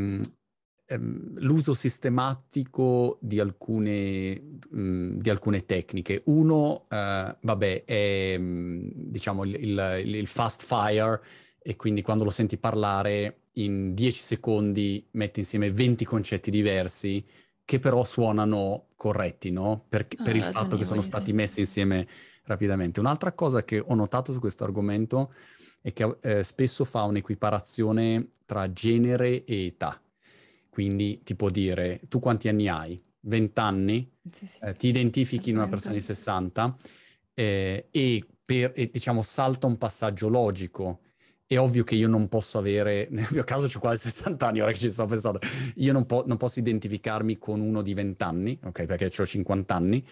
l'uso sistematico di alcune tecniche. Uno, vabbè, è, diciamo, il fast fire, e quindi quando lo senti parlare in 10 secondi metti insieme 20 concetti diversi che però suonano corretti, no? Per il fatto che sono Ragionevoli, stati sì. messi insieme rapidamente. Un'altra cosa che ho notato su questo argomento è che spesso fa un'equiparazione tra genere e età. Quindi ti può dire: tu quanti anni hai? 20 anni, Sì, sì, ti identifichi in una persona di esattamente. 60 e diciamo salta un passaggio logico. È ovvio che io non posso avere, nel mio caso ho quasi 60 anni, ora che ci sto pensando, io non posso identificarmi con uno di 20 anni, ok, perché ho 50 anni,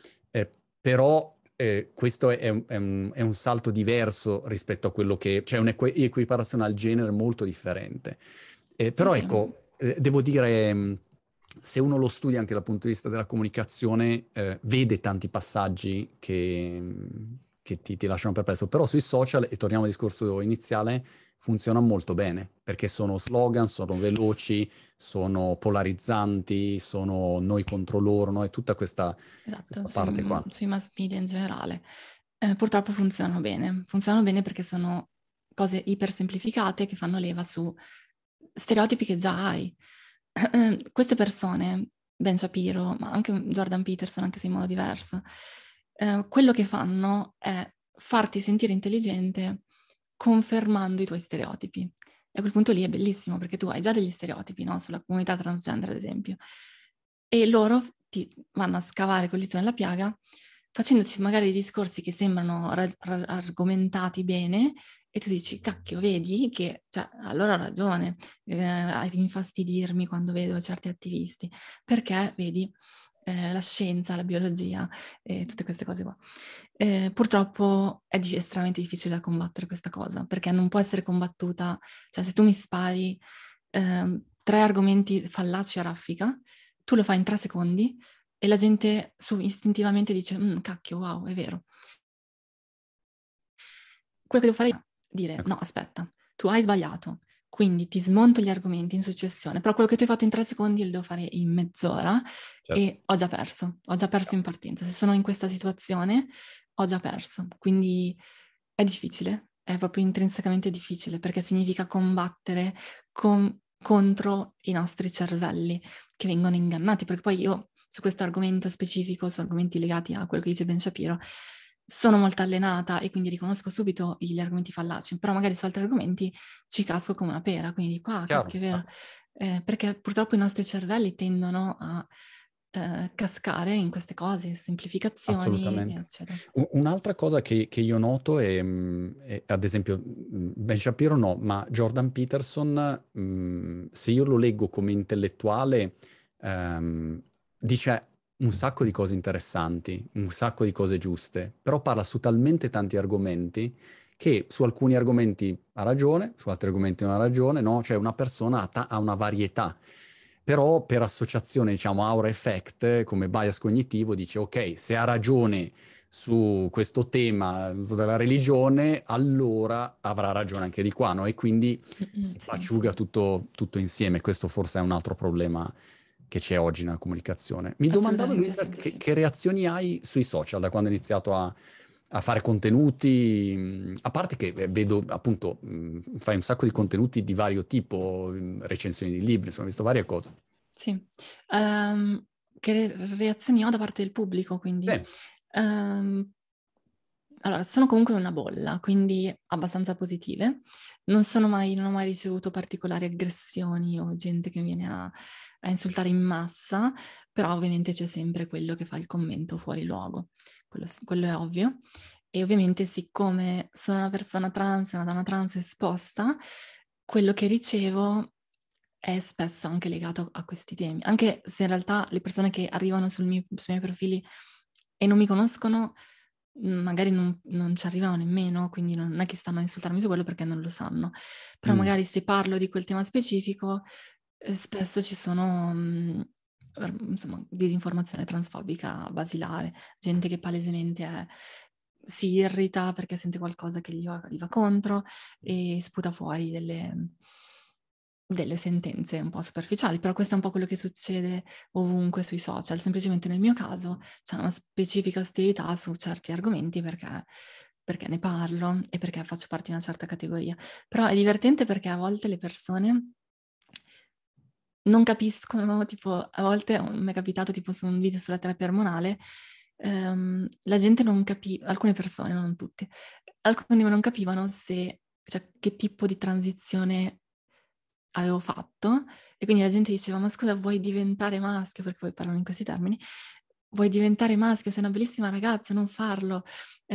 però questo è un salto diverso rispetto a quello che, cioè un'equiparazione al genere molto differente. Sì, Però sì, ecco, devo dire, se uno lo studia anche dal punto di vista della comunicazione, vede tanti passaggi che ti lasciano perplesso. Però sui social, e torniamo al discorso iniziale, funziona molto bene, perché sono slogan, sono veloci, sono polarizzanti, sono noi contro loro, no? È tutta questa esatto, parte qua. sui mass media in generale. Purtroppo funzionano bene perché sono cose ipersemplificate che fanno leva su stereotipi che già hai. Queste persone, Ben Shapiro, ma anche Jordan Peterson, anche se in modo diverso, quello che fanno è farti sentire intelligente confermando i tuoi stereotipi. E a quel punto lì è bellissimo perché tu hai già degli stereotipi, no? Sulla comunità transgender, ad esempio, e loro ti vanno a scavare col dito nella piaga facendoci magari discorsi che sembrano argomentati bene e tu dici, cacchio, vedi che, cioè, allora ho ragione a infastidirmi quando vedo certi attivisti, perché, vedi, la scienza, la biologia e tutte queste cose qua. Purtroppo è estremamente difficile da combattere questa cosa, perché non può essere combattuta, cioè se tu mi spari 3 argomenti fallaci a raffica, tu lo fai in 3 secondi e la gente istintivamente dice, cacchio, wow, è vero. Quello che devo fare è dire, no, aspetta, tu hai sbagliato, quindi ti smonto gli argomenti in successione, però quello che tu hai fatto in 3 secondi lo devo fare in mezz'ora Certo. e ho già perso in partenza. Se sono in questa situazione, ho già perso. Quindi è difficile, è proprio intrinsecamente difficile, perché significa combattere contro i nostri cervelli che vengono ingannati, perché poi io su questo argomento specifico, su argomenti legati a quello che dice Ben Shapiro, sono molto allenata e quindi riconosco subito gli argomenti fallaci, però magari su altri argomenti ci casco come una pera, quindi dico, ah, Chiaro. cacchio, è vero. Perché purtroppo i nostri cervelli tendono a cascare in queste cose, semplificazioni, Assolutamente. eccetera. Un'altra cosa che io noto è, ad esempio, Ben Shapiro no, ma Jordan Peterson, se io lo leggo come intellettuale, dice un sacco di cose interessanti, un sacco di cose giuste, però parla su talmente tanti argomenti che su alcuni argomenti ha ragione, su altri argomenti non ha ragione, no? Cioè una persona ha una varietà. Però per associazione, diciamo, aura effect, come bias cognitivo, dice ok, se ha ragione su questo tema della religione, allora avrà ragione anche di qua, no? E quindi si Sì, sì, paciuga tutto insieme. Questo forse è un altro problema che c'è oggi nella comunicazione. Mi domandavo, assolutamente Luisa, sì, che, sì. che reazioni hai sui social da quando hai iniziato a fare contenuti, a parte che vedo appunto, fai un sacco di contenuti di vario tipo, recensioni di libri, insomma, ho visto varie cose. Sì. Che reazioni ho da parte del pubblico, quindi? Beh, Ehm, allora, sono comunque una bolla, quindi abbastanza positive. Non ho mai ricevuto particolari aggressioni o gente che viene a insultare in massa, però ovviamente c'è sempre quello che fa il commento fuori luogo, quello è ovvio. E ovviamente siccome sono una persona trans, una donna trans esposta, quello che ricevo è spesso anche legato a questi temi, anche se in realtà le persone che arrivano sui miei profili e non mi conoscono, magari non ci arrivano nemmeno, quindi non è che stanno a insultarmi su quello perché non lo sanno. Però mm, magari se parlo di quel tema specifico, spesso ci sono, insomma, disinformazione transfobica basilare, gente che palesemente si irrita perché sente qualcosa che gli va contro e sputa fuori delle sentenze un po' superficiali, però questo è un po' quello che succede ovunque sui social. Semplicemente nel mio caso c'è una specifica ostilità su certi argomenti perché ne parlo e perché faccio parte di una certa categoria. Però è divertente perché a volte le persone non capiscono, tipo a volte mi è capitato tipo su un video sulla terapia ormonale, la gente non capiva, alcune persone, non tutti, alcuni non capivano se, cioè, che tipo di transizione avevo fatto, e quindi la gente diceva: ma scusa, vuoi diventare maschio? Perché poi parlano in questi termini. Vuoi diventare maschio? Sei una bellissima ragazza, non farlo.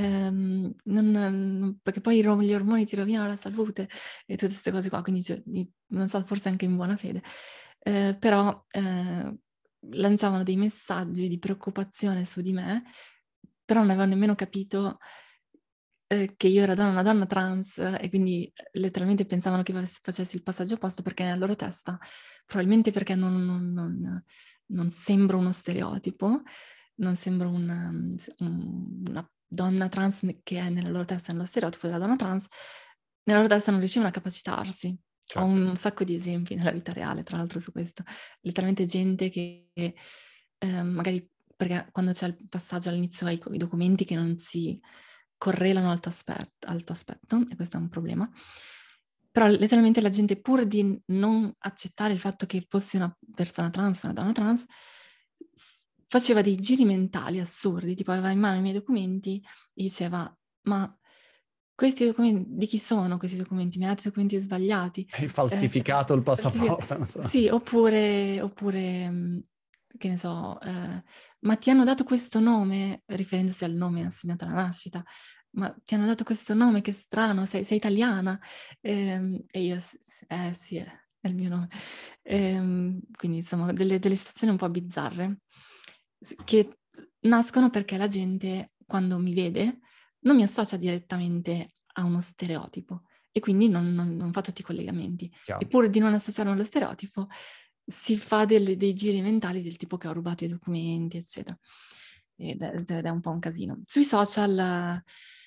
Perché poi gli ormoni ti rovinano la salute e tutte queste cose qua. Quindi non so, forse anche in buona fede. Però lanciavano dei messaggi di preoccupazione su di me, però non avevano nemmeno capito che io ero una donna trans, e quindi letteralmente pensavano che facessi il passaggio opposto, perché nella loro testa, probabilmente perché non sembro uno stereotipo, non sembro una donna trans che è nella loro testa nello stereotipo della donna trans, nella loro testa non riuscivano a capacitarsi. Ho Certo. un sacco di esempi nella vita reale, tra l'altro, su questo. Letteralmente gente che magari, perché quando c'è il passaggio all'inizio ai documenti che non si correlano al tuo aspetto, e questo è un problema. Però letteralmente la gente, pur di non accettare il fatto che fossi una persona trans, una donna trans, faceva dei giri mentali assurdi, tipo aveva in mano i miei documenti e diceva: ma questi documenti, di chi sono questi documenti? Mi ha dato i documenti sbagliati. Hai falsificato il passaporto, non so. Sì, oppure che ne so, ma ti hanno dato questo nome, riferendosi al nome assegnato alla nascita, ma ti hanno dato questo nome, che strano, sei italiana? E io, sì, è il mio nome. Quindi insomma delle situazioni un po' bizzarre, che nascono perché la gente, quando mi vede, non mi associa direttamente a uno stereotipo, e quindi non fa tutti i collegamenti. E Chiaro. pur di non associarlo allo stereotipo, si fa dei giri mentali del tipo che ho rubato i documenti, eccetera. Ed è un po' un casino. Sui social,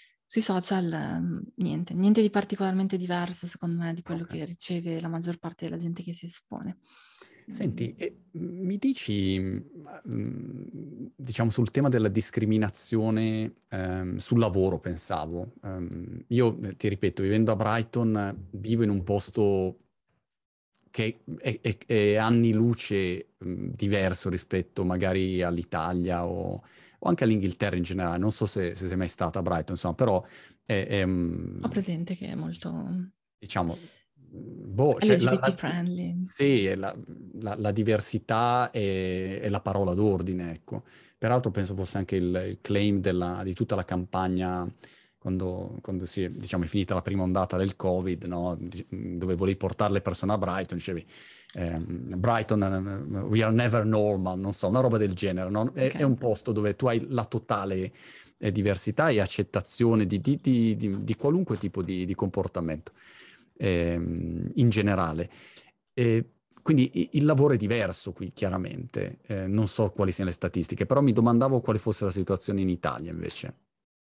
niente di particolarmente diverso, secondo me, di quello Ok. che riceve la maggior parte della gente che si espone. Senti, mi dici, diciamo, sul tema della discriminazione sul lavoro, pensavo. Io, ti ripeto, vivendo a Brighton, vivo in un posto che è anni luce diverso rispetto magari all'Italia o anche all'Inghilterra in generale. Non so se sei mai stata a Brighton, insomma, però Ho presente che è molto diciamo, boh, cioè LGBT friendly. sì, la diversità è la parola d'ordine, ecco. Peraltro penso fosse anche il claim di tutta la campagna quando diciamo, è finita la prima ondata del Covid, no? Dove volevi portare le persone a Brighton, dicevi Brighton, we are never normal, non so, una roba del genere, no? È Ok. un posto dove tu hai la totale diversità e accettazione di qualunque tipo di comportamento in generale. Quindi il lavoro è diverso qui, chiaramente. Non so quali siano le statistiche, però mi domandavo quale fosse la situazione in Italia invece.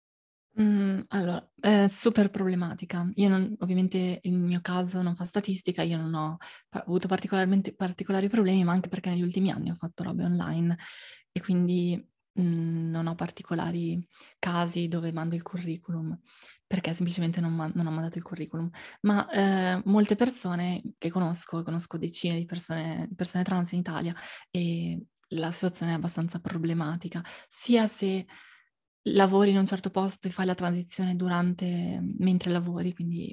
Allora, è super problematica. Ovviamente il mio caso non fa statistica, io non ho avuto particolari problemi, ma anche perché negli ultimi anni ho fatto robe online e quindi non ho particolari casi dove mando il curriculum, perché semplicemente non ho mandato il curriculum. Ma molte persone che conosco decine di persone trans in Italia, e la situazione è abbastanza problematica, sia se lavori in un certo posto e fai la transizione mentre lavori, quindi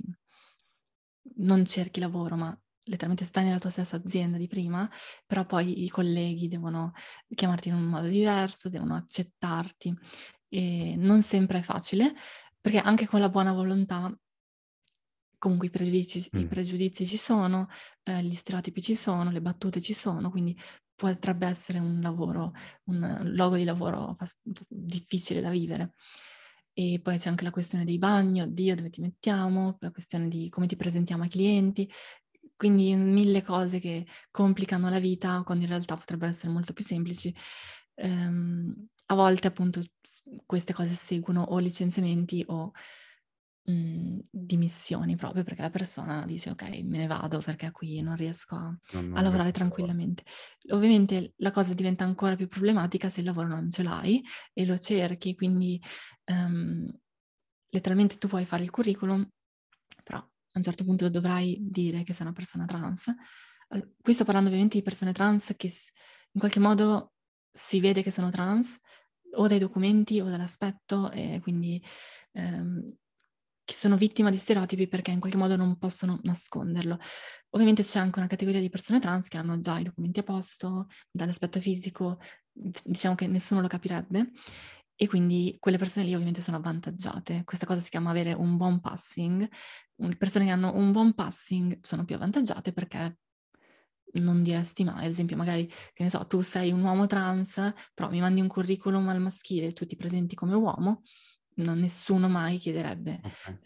non cerchi lavoro, ma letteralmente stai nella tua stessa azienda di prima, però poi i colleghi devono chiamarti in un modo diverso, devono accettarti, e non sempre è facile, perché anche con la buona volontà comunque i Mm. pregiudizi ci sono, gli stereotipi ci sono, le battute ci sono, quindi potrebbe essere un luogo di lavoro difficile da vivere. E poi c'è anche la questione dei bagni, oddio, dove ti mettiamo, la questione di come ti presentiamo ai clienti, quindi mille cose che complicano la vita quando in realtà potrebbero essere molto più semplici. A volte appunto queste cose seguono o licenziamenti o dimissioni, proprio perché la persona dice: ok, me ne vado perché qui non riesco a Non lavorare riesco più a lavorare. tranquillamente. Ovviamente la cosa diventa ancora più problematica se il lavoro non ce l'hai e lo cerchi, quindi letteralmente tu puoi fare il curriculum, però a un certo punto dovrai dire che sei una persona trans. Qui sto parlando ovviamente di persone trans che in qualche modo si vede che sono trans, o dai documenti o dall'aspetto, e quindi che sono vittima di stereotipi perché in qualche modo non possono nasconderlo. Ovviamente c'è anche una categoria di persone trans che hanno già i documenti a posto, dall'aspetto fisico, diciamo che nessuno lo capirebbe, e quindi quelle persone lì ovviamente sono avvantaggiate. Questa cosa si chiama avere un buon passing. Le persone che hanno un buon passing sono più avvantaggiate perché non diresti mai, ad esempio, magari, che ne so, tu sei un uomo trans, però mi mandi un curriculum al maschile e tu ti presenti come uomo, nessuno mai chiederebbe. Ok.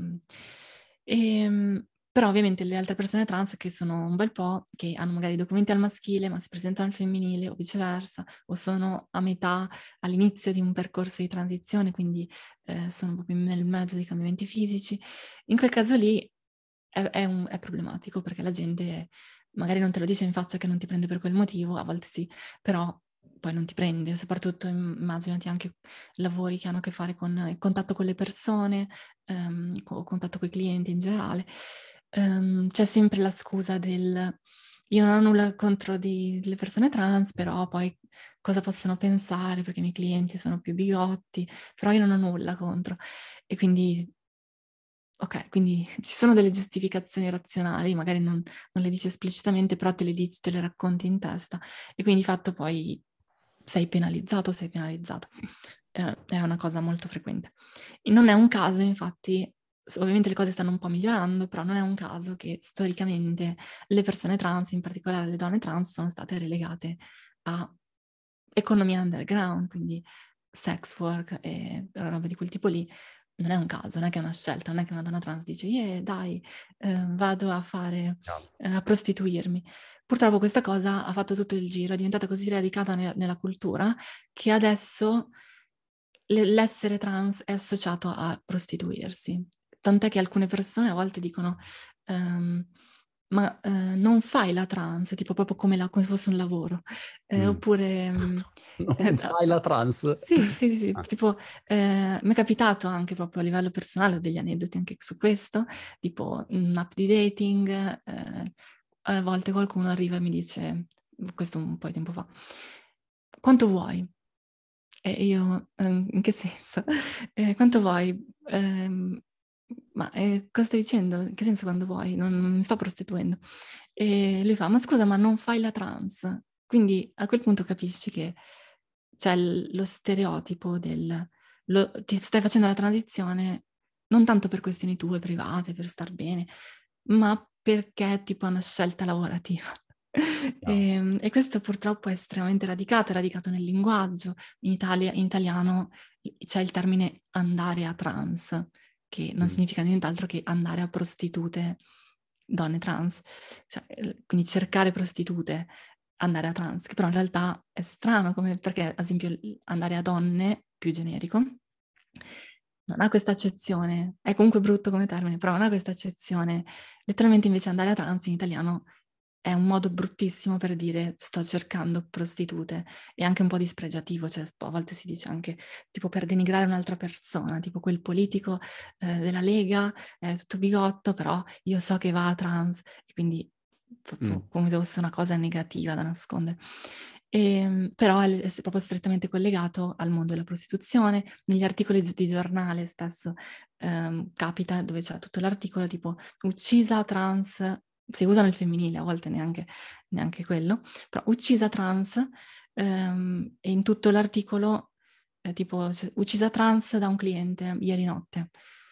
Però ovviamente le altre persone trans, che sono un bel po', che hanno magari i documenti al maschile ma si presentano al femminile o viceversa, o sono a metà, all'inizio di un percorso di transizione, quindi sono proprio nel mezzo dei cambiamenti fisici, in quel caso lì è problematico perché la gente magari non te lo dice in faccia che non ti prende per quel motivo, a volte sì, però poi non ti prende, soprattutto immaginati anche lavori che hanno a che fare con il contatto con le persone, o contatto con i clienti in generale. C'è sempre la scusa del io non ho nulla contro le persone trans, però poi cosa possono pensare perché i miei clienti sono più bigotti, però io non ho nulla contro. E quindi ok, quindi ci sono delle giustificazioni razionali, magari non le dici esplicitamente, però te le dici, te le racconti in testa e quindi di fatto poi sei penalizzato, sei penalizzata. È una cosa molto frequente. E non è un caso, infatti, ovviamente le cose stanno un po' migliorando, però non è un caso che storicamente le persone trans, in particolare le donne trans, sono state relegate a economia underground, quindi sex work e roba di quel tipo lì. Non è un caso, non è che è una scelta, non è che una donna trans dice dai, vado a fare, a prostituirmi. Purtroppo questa cosa ha fatto tutto il giro, è diventata così radicata nella cultura che adesso l'essere trans è associato a prostituirsi. Tant'è che alcune persone a volte dicono ma non fai la trans, tipo proprio come se fosse un lavoro. Oppure... Non fai la trans? sì, sì, sì, sì, Ah. tipo mi è capitato anche proprio a livello personale, ho degli aneddoti anche su questo, tipo un'app di dating, a volte qualcuno arriva e mi dice, questo un po' di tempo fa, quanto vuoi? E io, in che senso? Quanto vuoi? Ma cosa stai dicendo? In che senso quando vuoi? Non mi sto prostituendo. E lui fa, ma scusa, ma non fai la trans? Quindi a quel punto capisci che c'è lo stereotipo ti stai facendo la transizione non tanto per questioni tue private, per star bene, ma perché è tipo una scelta lavorativa. No. E questo purtroppo è estremamente radicato, è radicato nel linguaggio. In italiano c'è il termine andare a trans, che non significa nient'altro che andare a prostitute donne trans. Cioè, quindi cercare prostitute, andare a trans, che però in realtà è strano, perché ad esempio andare a donne, più generico, non ha questa accezione, è comunque brutto come termine, però non ha questa accezione. Letteralmente invece andare a trans in italiano è un modo bruttissimo per dire sto cercando prostitute, e anche un po' dispregiativo, cioè a volte si dice anche tipo per denigrare un'altra persona, tipo quel politico della Lega è tutto bigotto, però io so che va a trans, e quindi proprio come se fosse una cosa negativa da nascondere. Però è proprio strettamente collegato al mondo della prostituzione. Negli articoli di giornale spesso capita dove c'è tutto l'articolo tipo uccisa trans, si usano il femminile, a volte neanche quello, però uccisa trans, e in tutto l'articolo tipo uccisa trans da un cliente ieri notte.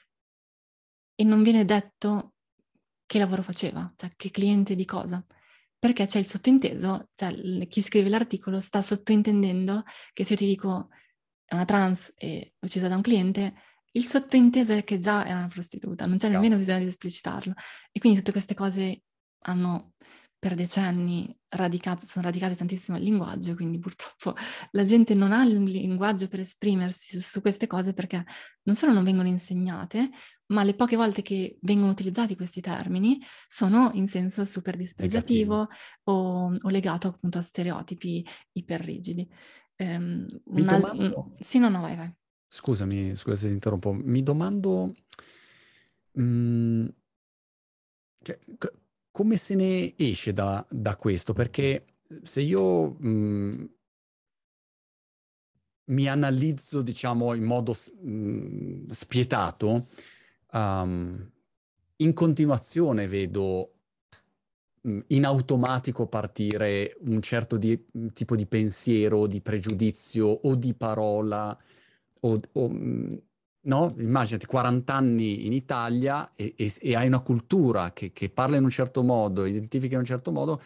E non viene detto che lavoro faceva, cioè che cliente di cosa. Perché c'è il sottinteso, cioè chi scrive l'articolo sta sottointendendo che se io ti dico è una trans e uccisa da un cliente, il sottointeso è che già è una prostituta, non c'è nemmeno bisogno di esplicitarlo. E quindi tutte queste cose hanno per decenni sono radicate tantissimo al linguaggio, quindi purtroppo la gente non ha il linguaggio per esprimersi su queste cose perché non solo non vengono insegnate, ma le poche volte che vengono utilizzati questi termini sono in senso super Negativo. dispregiativo o legato appunto a stereotipi iperrigidi. Mi domando, Sì, no, vai, vai. scusa se ti interrompo, mi domando mm, cioè, come se ne esce da questo? Perché se io mi analizzo, diciamo, in modo spietato, in continuazione vedo in automatico partire un certo tipo di pensiero, di pregiudizio o di parola, no? Immaginati 40 anni in Italia e hai una cultura che parla in un certo modo, identifica in un certo modo,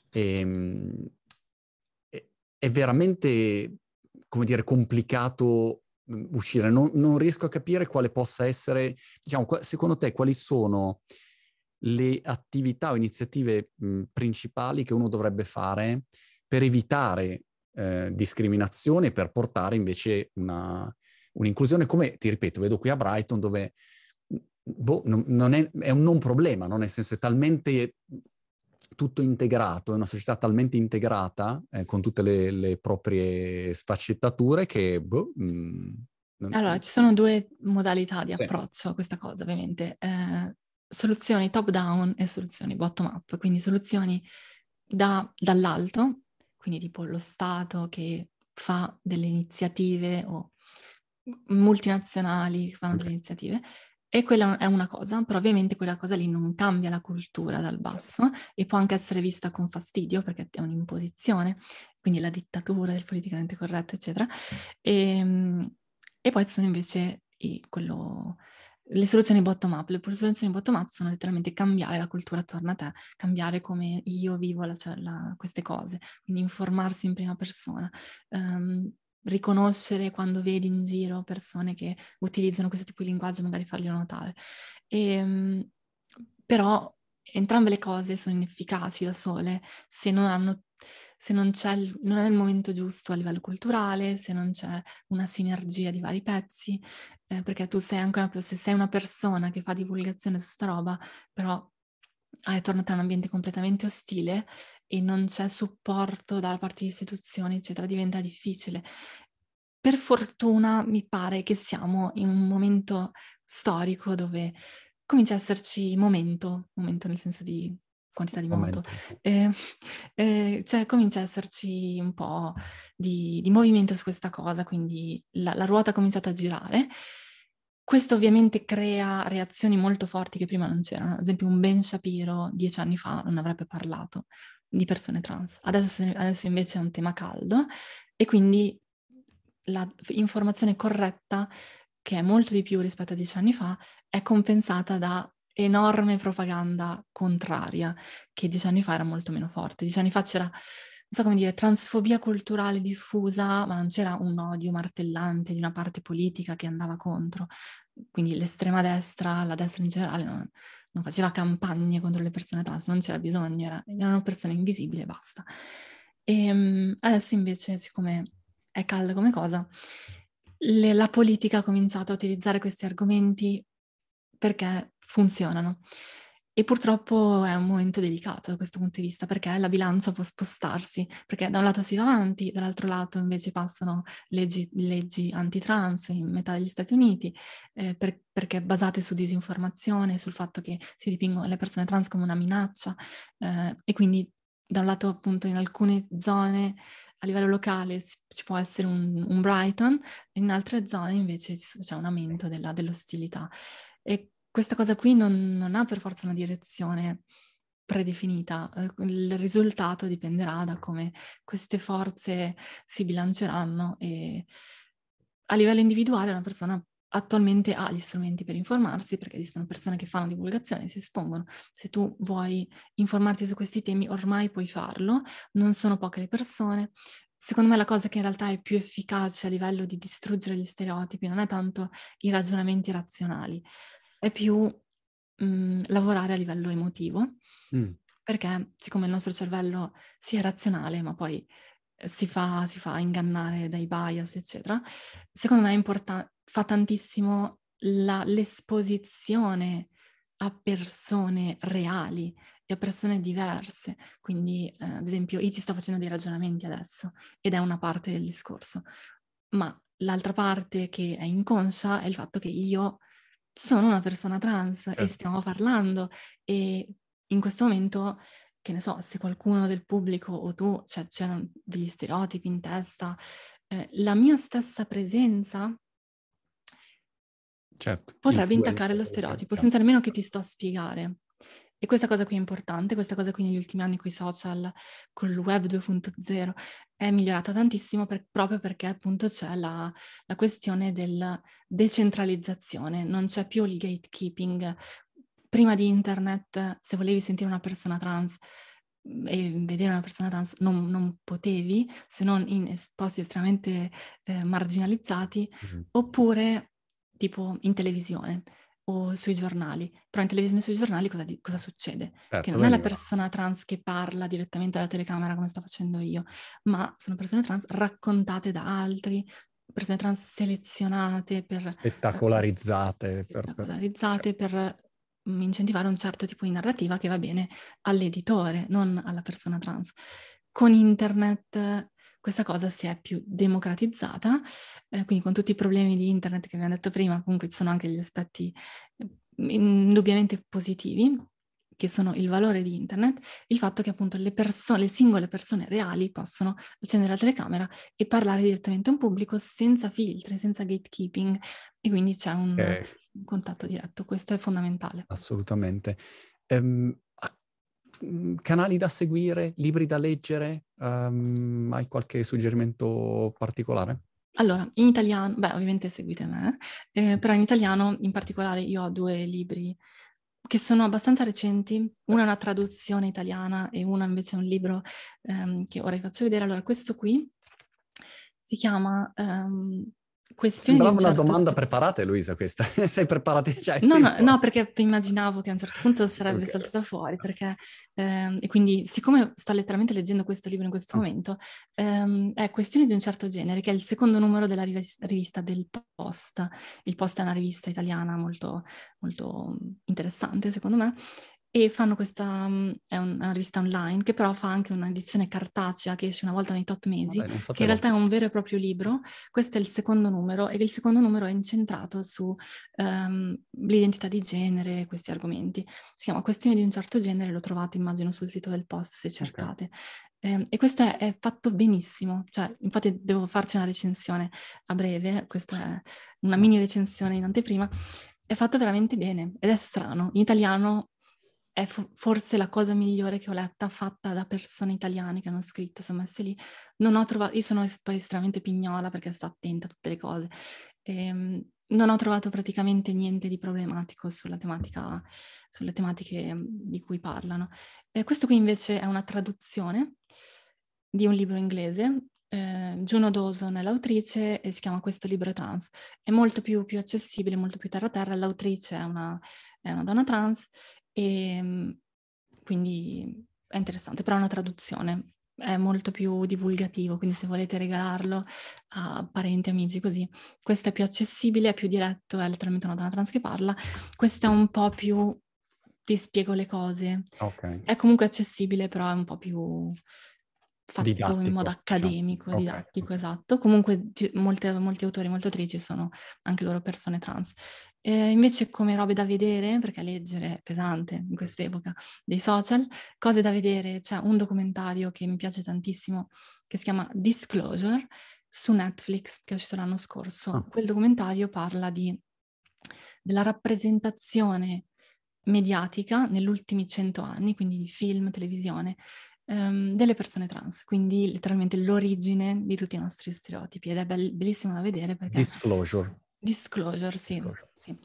è veramente, come dire, complicato uscire. Non riesco a capire quale possa essere, diciamo, secondo te quali sono le attività o iniziative principali che uno dovrebbe fare per evitare discriminazione, per portare invece un'inclusione, come ti ripeto, vedo qui a Brighton dove non è un non problema, no? Nel senso è talmente tutto integrato, è una società talmente integrata con tutte le proprie sfaccettature che Allora, ci sono due modalità di sì. approccio a questa cosa, ovviamente. Soluzioni top-down e soluzioni bottom-up, quindi soluzioni dall'alto, quindi tipo lo Stato che fa delle iniziative o multinazionali che fanno delle iniziative, e quella è una cosa, però ovviamente quella cosa lì non cambia la cultura dal basso e può anche essere vista con fastidio perché è un'imposizione, quindi la dittatura del politicamente corretto, eccetera. E poi ci sono invece le soluzioni bottom-up. Le soluzioni bottom-up sono letteralmente cambiare la cultura attorno a te, cambiare come io vivo queste cose, quindi informarsi in prima persona, riconoscere quando vedi in giro persone che utilizzano questo tipo di linguaggio, magari farglielo notare. Però entrambe le cose sono inefficaci da sole se non è il momento giusto a livello culturale, se non c'è una sinergia di vari pezzi, perché tu se sei una persona che fa divulgazione su sta roba, però hai attorno a te un ambiente completamente ostile e non c'è supporto dalla parte di istituzioni, eccetera, diventa difficile. Per fortuna mi pare che siamo in un momento storico dove comincia a esserci momento nel senso di quantità di moto, cioè comincia a esserci un po' di movimento su questa cosa, quindi la ruota ha cominciato a girare. Questo ovviamente crea reazioni molto forti che prima non c'erano. Ad esempio un Ben Shapiro 10 anni fa non avrebbe parlato di persone trans. Adesso invece è un tema caldo e quindi la informazione corretta, che è molto di più rispetto a 10 anni fa, è compensata da enorme propaganda contraria, che 10 anni fa era molto meno forte. 10 anni fa c'era, non so come dire, transfobia culturale diffusa, ma non c'era un odio martellante di una parte politica che andava contro. Quindi l'estrema destra, la destra in generale, non faceva campagne contro le persone trans, non c'era bisogno, erano persone invisibili e basta. E adesso invece, siccome è calda come cosa, la politica ha cominciato a utilizzare questi argomenti perché funzionano. E purtroppo è un momento delicato da questo punto di vista, perché la bilancia può spostarsi, perché da un lato si va avanti, dall'altro lato invece passano leggi antitrans in metà degli Stati Uniti, perché basate su disinformazione, sul fatto che si dipingono le persone trans come una minaccia, e quindi da un lato appunto in alcune zone a livello locale ci può essere un Brighton, in altre zone invece c'è un aumento dell'ostilità. E questa cosa qui non ha per forza una direzione predefinita, il risultato dipenderà da come queste forze si bilanceranno e a livello individuale una persona attualmente ha gli strumenti per informarsi perché esistono persone che fanno divulgazione, si espongono. Se tu vuoi informarti su questi temi ormai puoi farlo, non sono poche le persone. Secondo me la cosa che in realtà è più efficace a livello di distruggere gli stereotipi non è tanto i ragionamenti razionali, è più lavorare a livello emotivo, perché siccome il nostro cervello sia razionale, ma poi si fa ingannare dai bias, eccetera, secondo me fa tantissimo l'esposizione a persone reali e a persone diverse. Quindi, ad esempio, io ti sto facendo dei ragionamenti adesso ed è una parte del discorso, ma l'altra parte che è inconscia è il fatto che io sono una persona trans e stiamo parlando e in questo momento, che ne so, se qualcuno del pubblico o tu, cioè c'erano degli stereotipi in testa, la mia stessa presenza Certo, potrebbe intaccare influenza lo quello che stereotipo, diciamo. senza nemmeno che ti sto a spiegare. E questa cosa qui è importante, questa cosa qui negli ultimi anni con i social, col web 2.0, è migliorata tantissimo proprio perché appunto c'è la questione della decentralizzazione, non c'è più il gatekeeping. Prima di internet, se volevi sentire una persona trans e vedere una persona trans, non potevi, se non in posti estremamente marginalizzati, oppure tipo in televisione o sui giornali. Però in televisione e sui giornali cosa succede? Che Certo, non è la veniva. persona trans che parla direttamente alla telecamera come sto facendo io, ma sono persone trans raccontate da altri, persone trans selezionate Spettacolarizzate. spettacolarizzate Certo. per incentivare un certo tipo di narrativa che va bene all'editore, non alla persona trans. Con internet questa cosa si è più democratizzata, quindi con tutti i problemi di internet che abbiamo detto prima, comunque ci sono anche gli aspetti indubbiamente positivi, che sono il valore di internet, il fatto che appunto le singole persone reali possono accendere la telecamera e parlare direttamente a un pubblico senza filtri, senza gatekeeping, e quindi c'è un contatto diretto. Questo è fondamentale. Assolutamente. Canali da seguire, libri da leggere? Hai qualche suggerimento particolare? Allora, in italiano, ovviamente seguite me, però in italiano in particolare io ho 2 libri che sono abbastanza recenti, una è una traduzione italiana e una invece è un libro che ora vi faccio vedere. Allora, questo qui si chiama Questioni di Sembrava un una certo domanda genere. preparata, Luisa, questa. Sei preparata? Cioè, No, tempo. no, perché immaginavo che a un certo punto sarebbe Ok. saltata fuori, perché, e quindi siccome sto letteralmente leggendo questo libro in questo momento, è Questioni di un certo genere, che è il secondo numero della rivista del Post. Il Post è una rivista italiana molto, molto interessante, secondo me, e fanno questa, è una rivista online, che però fa anche un'edizione cartacea che esce una volta ogni tot mesi, Vabbè, non che in sapevo. realtà è un vero e proprio libro. Questo è il secondo numero, e il secondo numero è incentrato su l'identità di genere, questi argomenti. Si chiama Questioni di un certo genere, lo trovate immagino sul sito del Post se cercate. E questo è fatto benissimo, cioè infatti devo farci una recensione a breve, questa è una mini recensione in anteprima, è fatto veramente bene ed è strano, in italiano è forse la cosa migliore che ho letta fatta da persone italiane che hanno scritto, sono messe lì. Non ho trovato, io sono poi estremamente pignola perché sto attenta a tutte le cose. Non ho trovato praticamente niente di problematico sulle tematiche di cui parlano. Questo qui invece è una traduzione di un libro inglese. Juno Dawson è l'autrice e si chiama Questo libro trans. È molto più accessibile, molto più terra-terra. L'autrice è una donna trans e quindi è interessante, però è una traduzione. È molto più divulgativo, quindi se volete regalarlo a parenti, amici, così. Questo è più accessibile, è più diretto, è letteralmente una donna trans che parla. Questo è un po' più ti spiego le cose. Ok. È comunque accessibile, però è un po' più fatto in modo Didattico, diciamo. accademico, Ok. didattico, esatto. Comunque molti autori, molte autrici sono anche loro persone trans. Invece come robe da vedere, perché leggere è pesante in quest'epoca dei social, cose da vedere, c'è un documentario che mi piace tantissimo che si chiama Disclosure su Netflix, che è uscito l'anno scorso. Quel documentario parla della rappresentazione mediatica negli ultimi 100 anni, quindi di film, televisione, delle persone trans, quindi letteralmente l'origine di tutti i nostri stereotipi ed è bellissimo da vedere perché... Disclosure. Disclosure, sì, Disclosure. sì.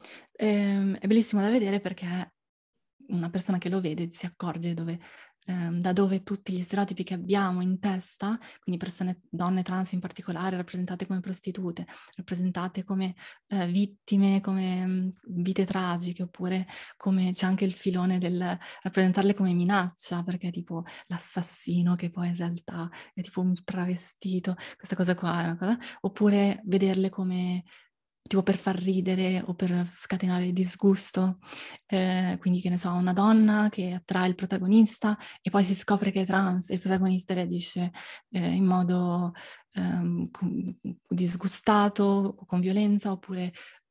È bellissimo da vedere perché una persona che lo vede si accorge da dove tutti gli stereotipi che abbiamo in testa, quindi donne trans in particolare, rappresentate come prostitute, rappresentate come vittime, come vite tragiche, oppure come c'è anche il filone del rappresentarle come minaccia, perché è tipo l'assassino che poi in realtà è tipo un travestito, questa cosa qua è una cosa, oppure vederle come tipo per far ridere o per scatenare disgusto, quindi che ne so, una donna che attrae il protagonista e poi si scopre che è trans e il protagonista reagisce in modo disgustato, con violenza, oppure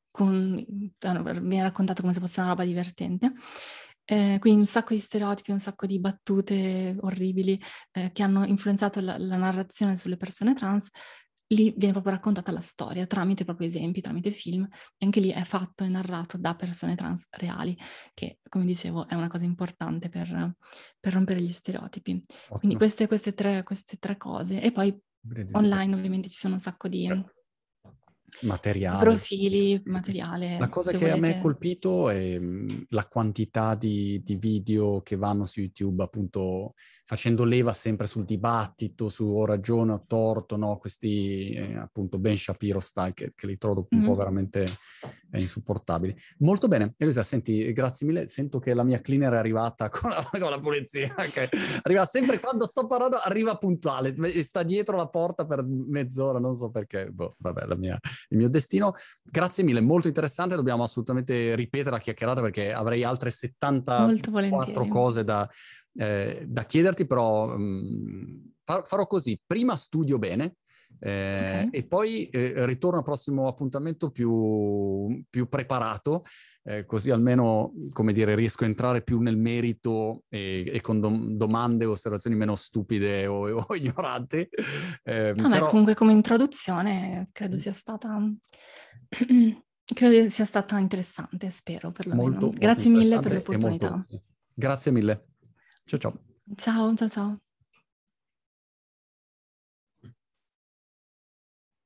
viene raccontato come se fosse una roba divertente. Quindi un sacco di stereotipi, un sacco di battute orribili che hanno influenzato la narrazione sulle persone trans. lì viene proprio raccontata la storia tramite proprio esempi, tramite film, e anche lì è fatto e narrato da persone trans reali, che come dicevo è una cosa importante per rompere gli stereotipi. Quindi Ottimo. queste tre cose. E poi online ovviamente ci sono un sacco Certo. di Materiale. profili, La materiale, cosa se che a me ha volete. colpito è la quantità di video che vanno su YouTube, appunto facendo leva sempre sul dibattito, su ho ragione, ho torto, no? Questi appunto Ben Shapiro style che li trovo un po' veramente insupportabili. Molto bene, Elisa, senti, grazie mille. Sento che la mia cleaner è arrivata con la pulizia, che arriva sempre quando sto parlando, arriva puntuale, sta dietro la porta per mezz'ora, non so perché, boh, vabbè, il mio destino. Grazie mille, molto interessante, dobbiamo assolutamente ripetere la chiacchierata perché avrei altre Molto 74 volentieri. cose da chiederti, però farò così, prima studio bene Ok. e poi ritorno al prossimo appuntamento più preparato, così almeno, come dire, riesco a entrare più nel merito e con domande e osservazioni meno stupide o ignoranti. No, ma Però comunque come introduzione credo sia stata interessante, spero perlomeno. molto, molto Grazie mille per interessante e molto l'opportunità. utile. Grazie mille. Ciao ciao. Ciao, ciao, ciao.